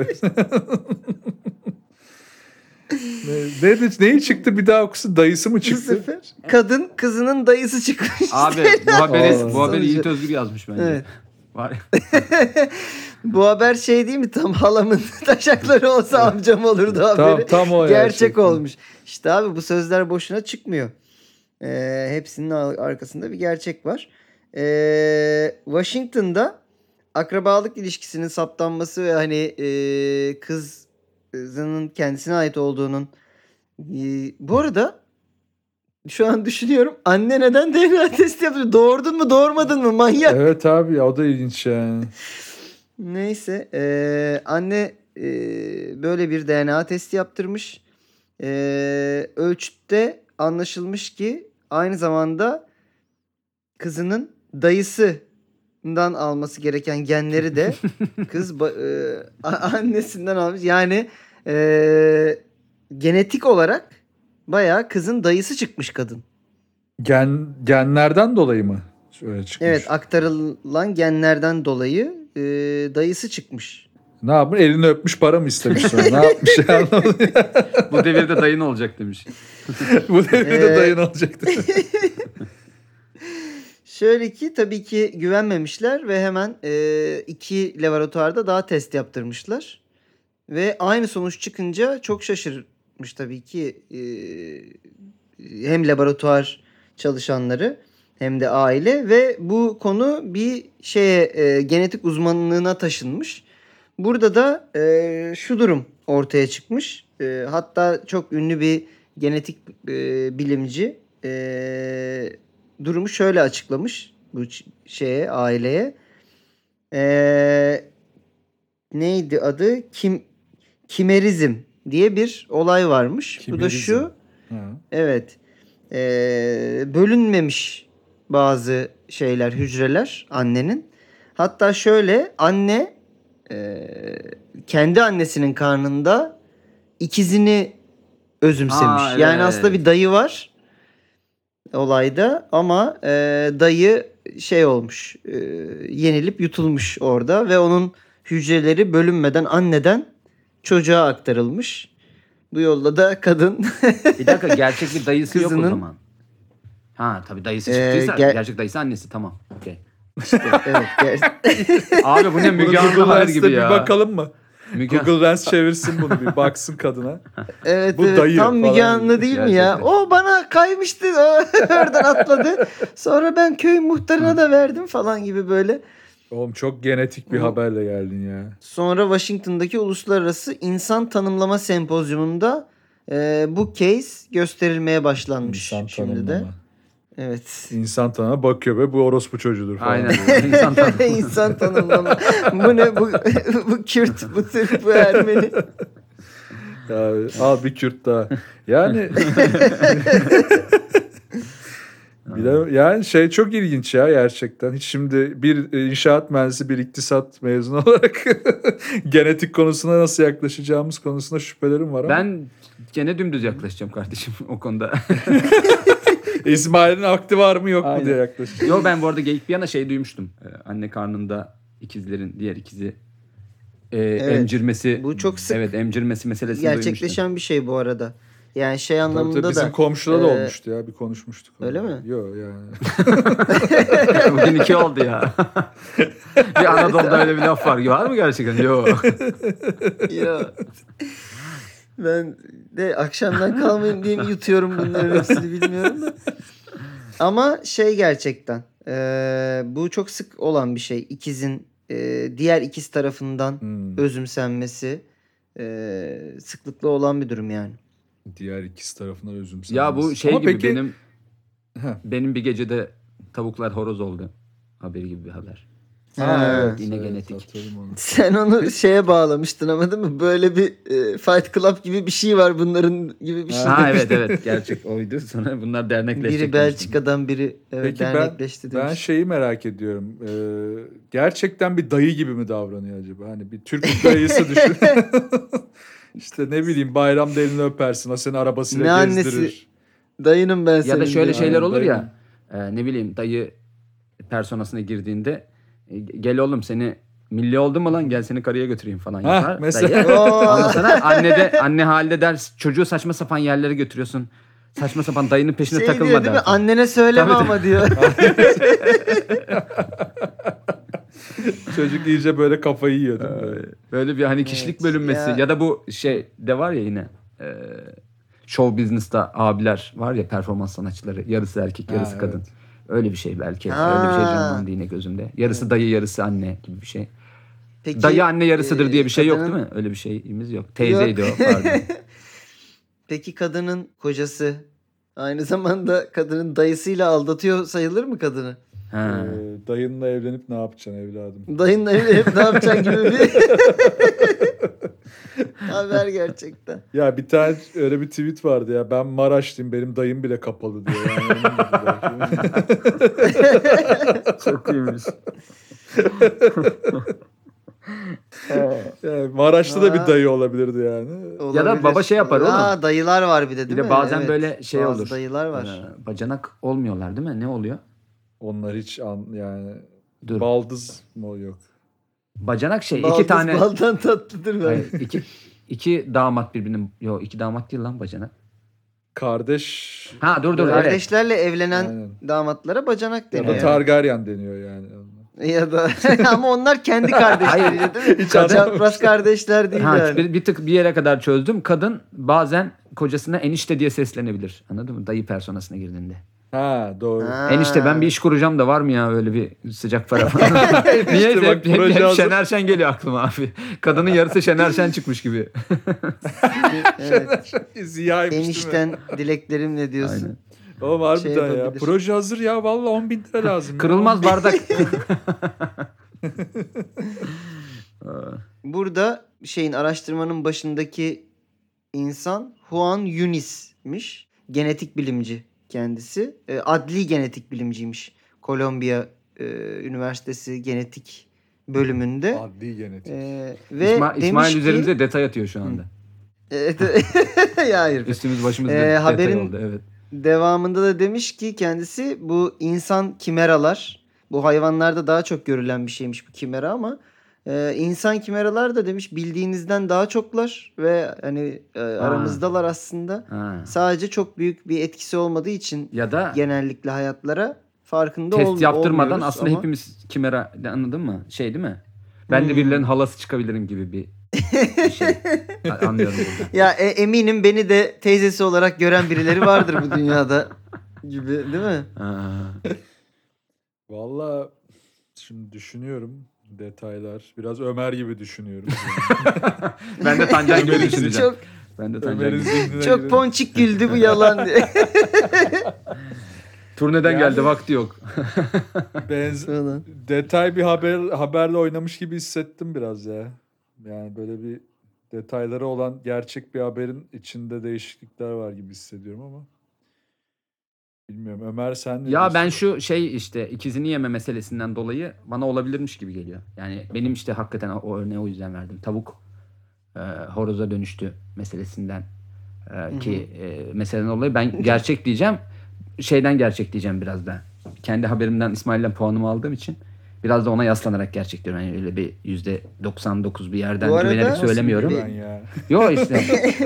ne, ne, neyi çıktı bir daha okusun? Dayısı mı Bu çıktı? sefer kadın kızının dayısı çıkmış. Abi bu haberi, Aa. bu haberi Sonucu. Yiğit Özgür yazmış bence. Evet. Var. Bu haber şey değil mi? Tam halamın taşakları olsa amcam olurdu haberi. Tam, tam o ya. Gerçek şey. olmuş. İşte abi bu sözler boşuna çıkmıyor. Ee, hepsinin ar- arkasında bir gerçek var. Ee, Washington'da akrabalık ilişkisinin saptanması ve hani e, kızının kendisine ait olduğunun e, bu arada şu an düşünüyorum anne neden D N A testi yapıyor? Doğurdun mu doğurmadın mı manyak? Evet abi ya, o da ilginç yani. Neyse eee, anne eee, böyle bir D N A testi yaptırmış. Eee ölçütte anlaşılmış ki aynı zamanda kızının dayısından alması gereken genleri de kız ba- eee, a- annesinden almış. Yani eee, genetik olarak bayağı kızın dayısı çıkmış kadın. Gen, genlerden dolayı mı? Öyle çıkmış. Evet aktarılan genlerden dolayı eee, dayısı çıkmış. Ne yapmış? Elini öpmüş, para mı istemiş sonra? Ne yapmış? Anlamadım. Bu devirde dayın olacak demiş. Bu devirde Ee, dayın olacaktı. Şöyle ki tabii ki güvenmemişler ve hemen e, iki laboratuvarda daha test yaptırmışlar. Ve aynı sonuç çıkınca çok şaşırmış tabii ki e, hem laboratuvar çalışanları hem de aile ve bu konu bir şeye e, genetik uzmanlığına taşınmış. Burada da e, şu durum ortaya çıkmış. E, hatta çok ünlü bir genetik e, bilimci e, durumu şöyle açıklamış bu ç- şeye aileye. E, neydi adı? Kim kimerizm diye bir olay varmış. Bu da Kimerizm. şu. Ha. Evet. Ee, bölünmemiş bazı şeyler, hücreler annenin. Hatta şöyle anne e, kendi annesinin karnında ikizini özümsemiş. Aa, Yani evet. aslında bir dayı var olayda ama e, dayı şey olmuş, e, yenilip yutulmuş orada ve onun hücreleri bölünmeden anneden çocuğa aktarılmış. Bu yolla da kadın Bir dakika, gerçek bir dayısı yok Kızının- o zaman. Ha tabii, dayısı Ee, çıktıysa ger- gerçek dayısı annesi, tamam. Okey. evet, ger- Abi bu ne Bunu Müge Anlı Google haber Lens'te gibi bir ya. bakalım mı? Müge... Google Lens çevirsin bunu, bir baksın kadına. evet, Bu evet. dayı Tam Müge falan. Anlı değil mi ya? Gerçekten. O bana kaymıştı. O oradan atladı. Sonra ben köy muhtarına da verdim falan gibi böyle. Oğlum çok genetik bir Bu- haberle geldin ya. Sonra Washington'daki Uluslararası İnsan Tanımlama Sempozyumunda e, bu case gösterilmeye başlanmış İnsan şimdi de. tanımlama. Evet. İnsan tanına bakıyor ve bu orospu çocuğudur falan. Aynen. diyor. İnsan tanımı. İnsan tanımlama. Bu ne? Bu, bu Kürt, bu Türk, bu Ermeni. Ya, al bir Kürt daha. Yani bir de yani şey çok ilginç ya gerçekten. Hiç şimdi bir inşaat mühendisi, bir iktisat mezunu olarak genetik konusuna nasıl yaklaşacağımız konusunda şüphelerim var ama. Ben gene dümdüz yaklaşacağım kardeşim o konuda. İsmail'in aklı var mı yok mu Aynen. diye yaklaşacağım. Yo, ben bu arada geyik bir yana şey duymuştum. Ee, anne karnında ikizlerin diğer ikizi e, emcirmesi. Bu çok sık Evet, emcirmesi meselesini duymuştum. gerçekleşen bir şey bu arada. Yani şey Tabii anlamında tabii bizim da. komşuda da e, olmuştu ya, bir konuşmuştuk. öyle mi? Yok yani. Bugün iki oldu ya. Bir Anadolu'da öyle bir laf var. Var mı gerçekten? Yok. Ya. Ben de akşamdan kalmayayım diye mi yutuyorum bunların hepsini bilmiyorum da. Ama şey gerçekten e, bu çok sık olan bir şey. İkizin e, diğer ikiz tarafından Hmm. özümsenmesi e, sıklıkla olan bir durum yani. Diğer ikisi tarafından özümsenmesi. Ya bu şey Ama gibi peki- benim Heh. benim bir gecede tavuklar horoz oldu haberi gibi bir haber. Ha, evet, yine evet, genetik. hatırladım onu. Sen onu şeye bağlamıştın ama değil mi? Böyle bir e, Fight Club gibi bir şey var bunların gibi bir şey. Ha evet demiştin. evet, gerçek oydu. Sonra bunlar dernekleşecek. Biri Belçika'dan biri evet, Peki ben, dernekleşti demiş. ben şeyi merak ediyorum. Ee, gerçekten bir dayı gibi mi davranıyor acaba? Hani bir Türk dayısı düşün. İşte ne bileyim, bayramda elini öpersin. O seni arabasıyla Ne gezdirir. annesi? Dayının ben senin. Ya da şöyle diyor. şeyler Aynen, olur dayı. ya. e, ne bileyim, dayı personasına girdiğinde e, gel oğlum seni milli oldun mu lan, gel seni karıya götüreyim falan Ha, yapar. mesela. Dayı. Oo. Ondan sonra anne de anne halde der, çocuğu saçma sapan yerlere götürüyorsun. Saçma sapan dayının peşine Şey takılma diyor değil mi? der. Annene söyleme Tabii, ama diyor. Çocuk iyice böyle kafayı yiyor değil mi? Böyle. Böyle bir hani kişilik Evet, bölünmesi ya. ya... da bu şey de var ya yine e, show business'ta abiler var ya, performans sanatçıları, yarısı erkek Ha, yarısı kadın. evet. Öyle bir şey belki. Ha. Öyle bir şey canlandı yine gözümde. Yarısı dayı yarısı anne gibi bir şey. Peki, Dayı anne yarısıdır e, diye bir şey yok kadının- değil mi? Öyle bir şeyimiz yok. Teyzeydi Yok. o, pardon. Peki kadının kocası aynı zamanda kadının dayısıyla aldatıyor sayılır mı kadını? Ha. Ee, dayınla evlenip ne yapacaksın evladım? Dayınla evli hep ne yapacaksın gibi bir haber gerçekten. Ya bir tane öyle bir tweet vardı ya. Ben Maraşlıyım, benim dayım bile kapalı diyor. Yani onun gibi belki. Çok iyiymiş. Yani Maraş'ta da Ha. bir dayı olabilirdi yani. Ya da Olabilir. baba şey yapar oğlum. Aa, dayılar var bir de Bir değil de mi? bazen Evet. böyle şey Bazı olur. dayılar var. Ee, bacanak olmuyorlar değil mi? Ne oluyor? Onlar hiç an, yani Dur. baldız mı yok? Bacanak şey Baldız iki tane. baldan tatlıdır ben. Hayır, iki, iki damat birbirinin. Yok, iki damat değil lan bacanak. Kardeş Ha dur dur evet. Kardeşlerle evlenen Aynen. damatlara bacanak ya deniyor. da Targaryen deniyor yani. Ya da ama onlar kendi kardeşleriyle değil mi? Hiç anlamamıştım. Çapraz kardeşler değil Ha, yani. bir, bir tık bir yere kadar çözdüm. Kadın bazen kocasına enişte diye seslenebilir. Anladın mı? Dayı personasına girdiğinde. Ha doğru. Ha. Enişte ben bir iş kuracağım da var mı ya öyle bir sıcak para falan. Niye İşte bak, hep, hep, proje hep hazır. Şener Şen geliyor aklıma abi. Kadının yarısı Şener Şen çıkmış gibi. Evet. Ziya'ymış değil mi? Enişten dileklerimle diyorsun. Aynen. Oğlum harbiden Şey ya. yapabilir. Proje hazır ya. Valla on bin lira lazım. ya. Kırılmaz bardak. Burada şeyin araştırmanın başındaki insan Juan Yunis'miş. Genetik bilimci kendisi. E, adli genetik bilimciymiş. Kolombiya e, Üniversitesi genetik bölümünde. Adli genetik. E, ve İsma- demiş İsmail ki, üzerimize detay atıyor şu anda. Evet, ya hayır. Üstümüz başımız Ee, de- detay haberin- oldu. Evet. Devamında da demiş ki kendisi bu insan kimeralar, bu hayvanlarda daha çok görülen bir şeymiş bu kimera ama e, insan kimeralar da demiş bildiğinizden daha çoklar ve hani e, aramızdalar aslında. Ha. Sadece çok büyük bir etkisi olmadığı için Ya da genellikle hayatlara farkında test ol- yaptırmadan olmuyoruz aslında ama- hepimiz kimera, anladın mı? Şey değil mi? Ben de Hmm. birilerinin halası çıkabilirim gibi bir, bir şey. A- Anlıyorum burada. Ya e, eminim beni de teyzesi olarak gören birileri vardır bu dünyada gibi değil mi? Ha. Valla şimdi düşünüyorum detaylar. Biraz Ömer gibi düşünüyorum. Ben de Tancan gibi Ömer'in düşüneceğim. Çok Ben de Tancan Ömer'in gibi. zihnine çok girelim. ponçik güldü bu yalan diye. Turneden Yani- geldi vakti yok. Benz Falan. detay bir haber haberle oynamış gibi hissettim biraz ya. Yani böyle bir detayları olan gerçek bir haberin içinde değişiklikler var gibi hissediyorum ama bilmiyorum. Ömer sen ne Ya ben diyorsun? şu şey işte ikizini yeme meselesinden dolayı bana olabilirmiş gibi geliyor. Yani benim işte hakikaten o, o örneği o yüzden verdim. Tavuk e, horoza dönüştü meselesinden e, ki e, meseleden dolayı ben gerçek diyeceğim. Şeyden gerçek diyeceğim biraz da. Kendi haberimden İsmail'den puanımı aldığım için biraz da ona yaslanarak gerçek diyorum. Yani öyle bir yüzde doksan dokuz bir yerden Bu arada- güvenerek Nasıl söylemiyorum. Ben ya. Yok işte.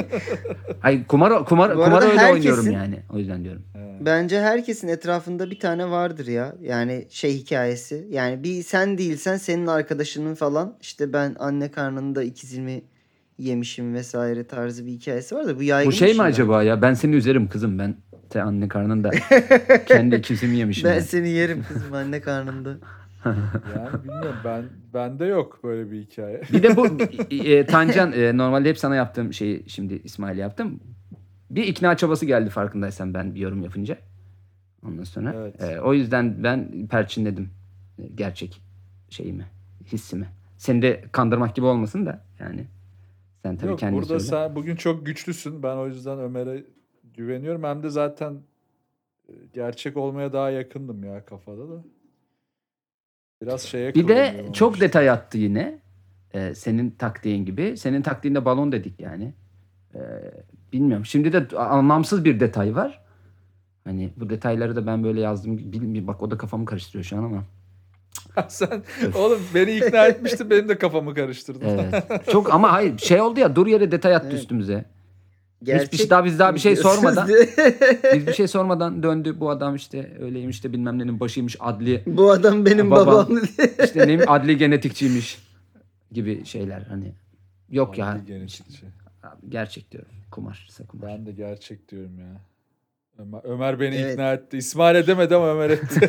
Ay kumar kumar Bu kumar arada öyle herkesin- oynuyorum yani. O yüzden diyorum. He. Bence herkesin etrafında bir tane vardır ya. Yani şey hikayesi. Yani bir sen değilsen senin arkadaşının falan işte ben anne karnında ikizimi yemişim vesaire tarzı bir hikayesi var da bu yaygın Bu şey bir mi yani. acaba ya? Ben seni üzerim kızım. Ben te anne karnında kendi ikizimi yemişim. Ben Ben. seni yerim kızım anne karnında. Yani bilmiyorum ben bende yok böyle bir hikaye. Bir de bu e, Tancan e, normalde hep sana yaptığım şeyi şimdi İsmail'e yaptım. Bir ikna çabası geldi farkındaysan ben bir yorum yapınca. Ondan sonra. Evet. e, o yüzden ben perçinledim e, gerçek şeyimi, hissimi. Seni de kandırmak gibi olmasın da yani. Sen tabii Yok kendin burada söyle. sen bugün çok güçlüsün. Ben o yüzden Ömer'e güveniyorum. Hem de zaten e, gerçek olmaya daha yakındım ya kafada da. Biraz şeye Bir de kullanıyorum çok onu işte. detay attı yine. Ee, senin taktiğin gibi. Senin taktiğinde balon dedik yani. Ee, bilmiyorum. Şimdi de anlamsız bir detay var. Hani bu detayları da ben böyle yazdım. Bilmiyorum. Bak o da kafamı karıştırıyor şu an ama. Sen oğlum beni ikna etmiştin benim de kafamı karıştırdın. Evet. Çok ama hayır şey oldu ya dur yere detay attı Evet. üstümüze. Gerçek Hiçbir şey daha biz daha bir şey mi diyorsunuz sormadan. diye. Biz bir şey sormadan döndü bu adam işte öyleymiş de bilmem nenin başıymış adli Bu adam benim Babam. babam diye. işte ne bileyim, adli genetikçiymiş gibi şeyler hani. Yok ya. Adli genetikçi. Abi gerçek diyorum. Kumarsa kumar. Ben de gerçek diyorum ya. Ömer, Ömer beni Evet. ikna etti. İsmail edemedi ama Ömer etti.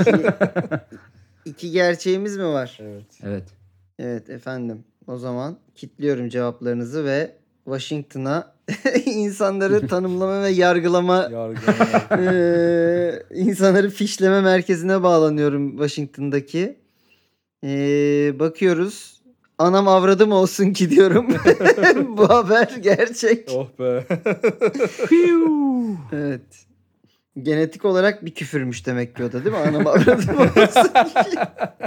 İki gerçeğimiz mi var? Evet. Evet. Evet efendim. O zaman kilitliyorum cevaplarınızı ve Washington'a insanları tanımlama ve yargılama Yargılama. eee, insanları fişleme merkezine bağlanıyorum Washington'daki. Eee, bakıyoruz. Anam avradım olsun ki diyorum. Bu haber gerçek. Oh be. Evet. Genetik olarak bir küfürmüş demek ki o da değil mi? Anam avradım olsun ki.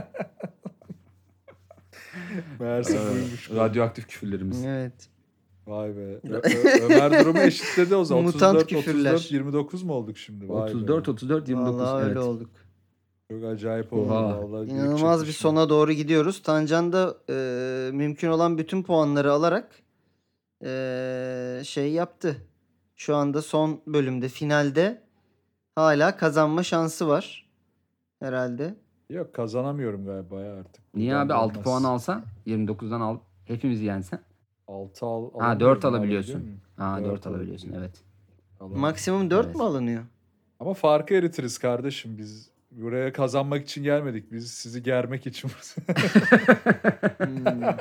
Meğerse buymuş. bu. Radyoaktif küfürlerimiz. Evet. Vay be. Ö- Ö- Ömer durumu eşitledi o zaman. Mutant otuz dört, küfürler. otuz dört, yirmi dokuz mu olduk şimdi? Vay otuz dört be. otuz dört yirmi dokuz Vallahi öyle evet. olduk. Çok acayip oldu. Oha. Vallahi büyük İnanılmaz bir çekişme. sona doğru gidiyoruz. Tancan da e, mümkün olan bütün puanları alarak e, şey yaptı. Şu anda son bölümde, finalde hala kazanma şansı var. Herhalde. Yok kazanamıyorum galiba ya artık. Niye Buradan abi altı dönmez. puan alsan yirmi dokuzdan al hepimizi yensen. altı al. Ha alamıyorum dört ya, alabiliyorsun. alabiliyor muyum? Ha Dört dört alabiliyorsun alabiliyorum. evet. Alamıyorum. Maksimum dört Evet. mü alınıyor? Ama farkı eritiriz kardeşim. Biz buraya kazanmak için gelmedik. Biz sizi germek için. Hmm.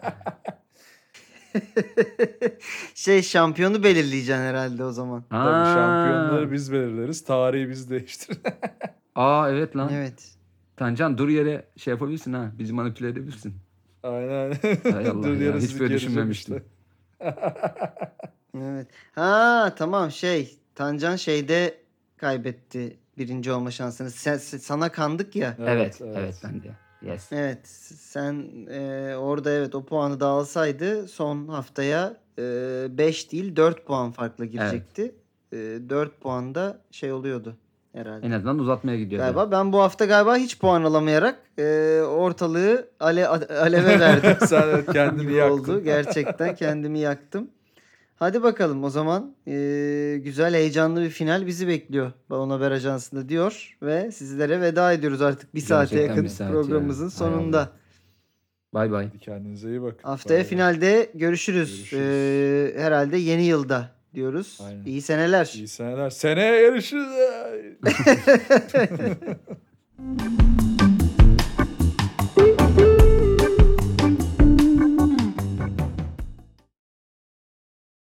Şey şampiyonu belirleyeceksin herhalde o zaman. Tabii Ha. şampiyonları biz belirleriz. Tarihi biz değiştiririz. Aa evet lan. Evet. Tancan dur yere şey yapabilirsin ha. Bizi manipüle edebilirsin. Aynen. Hay Allah Dur ya, yarın hiç sizi böyle gereceğim düşünmemiştim. işte. Evet. Ha tamam şey. Tancan şeyde kaybetti birinci olma şansını. Sen, sana kandık ya. Evet, evet, ben de. Yes. Evet. Sen e, orada evet o puanı da alsaydı son haftaya beş değil dört puan farkla girecekti. E, dört puan da şey oluyordu herhalde. En azından uzatmaya gidiyordu. Galiba ben bu hafta galiba hiç puan alamayarak e, ortalığı ale, aleve verdim. Sen evet kendini gibi yaktın. oldu. Gerçekten kendimi yaktım. Hadi bakalım o zaman e, güzel heyecanlı bir final bizi bekliyor Balon Haber Ajansı'nda diyor ve sizlere veda ediyoruz artık bir saate Gerçekten yakın bir saat programımızın ya. sonunda. Hay Allah. Bay bay. Kendinize iyi bakın. Haftaya Bay bay. finalde görüşürüz. Görüşürüz. E, herhalde yeni yılda diyoruz. Aynen. İyi seneler. İyi seneler. Seneye yarışırız.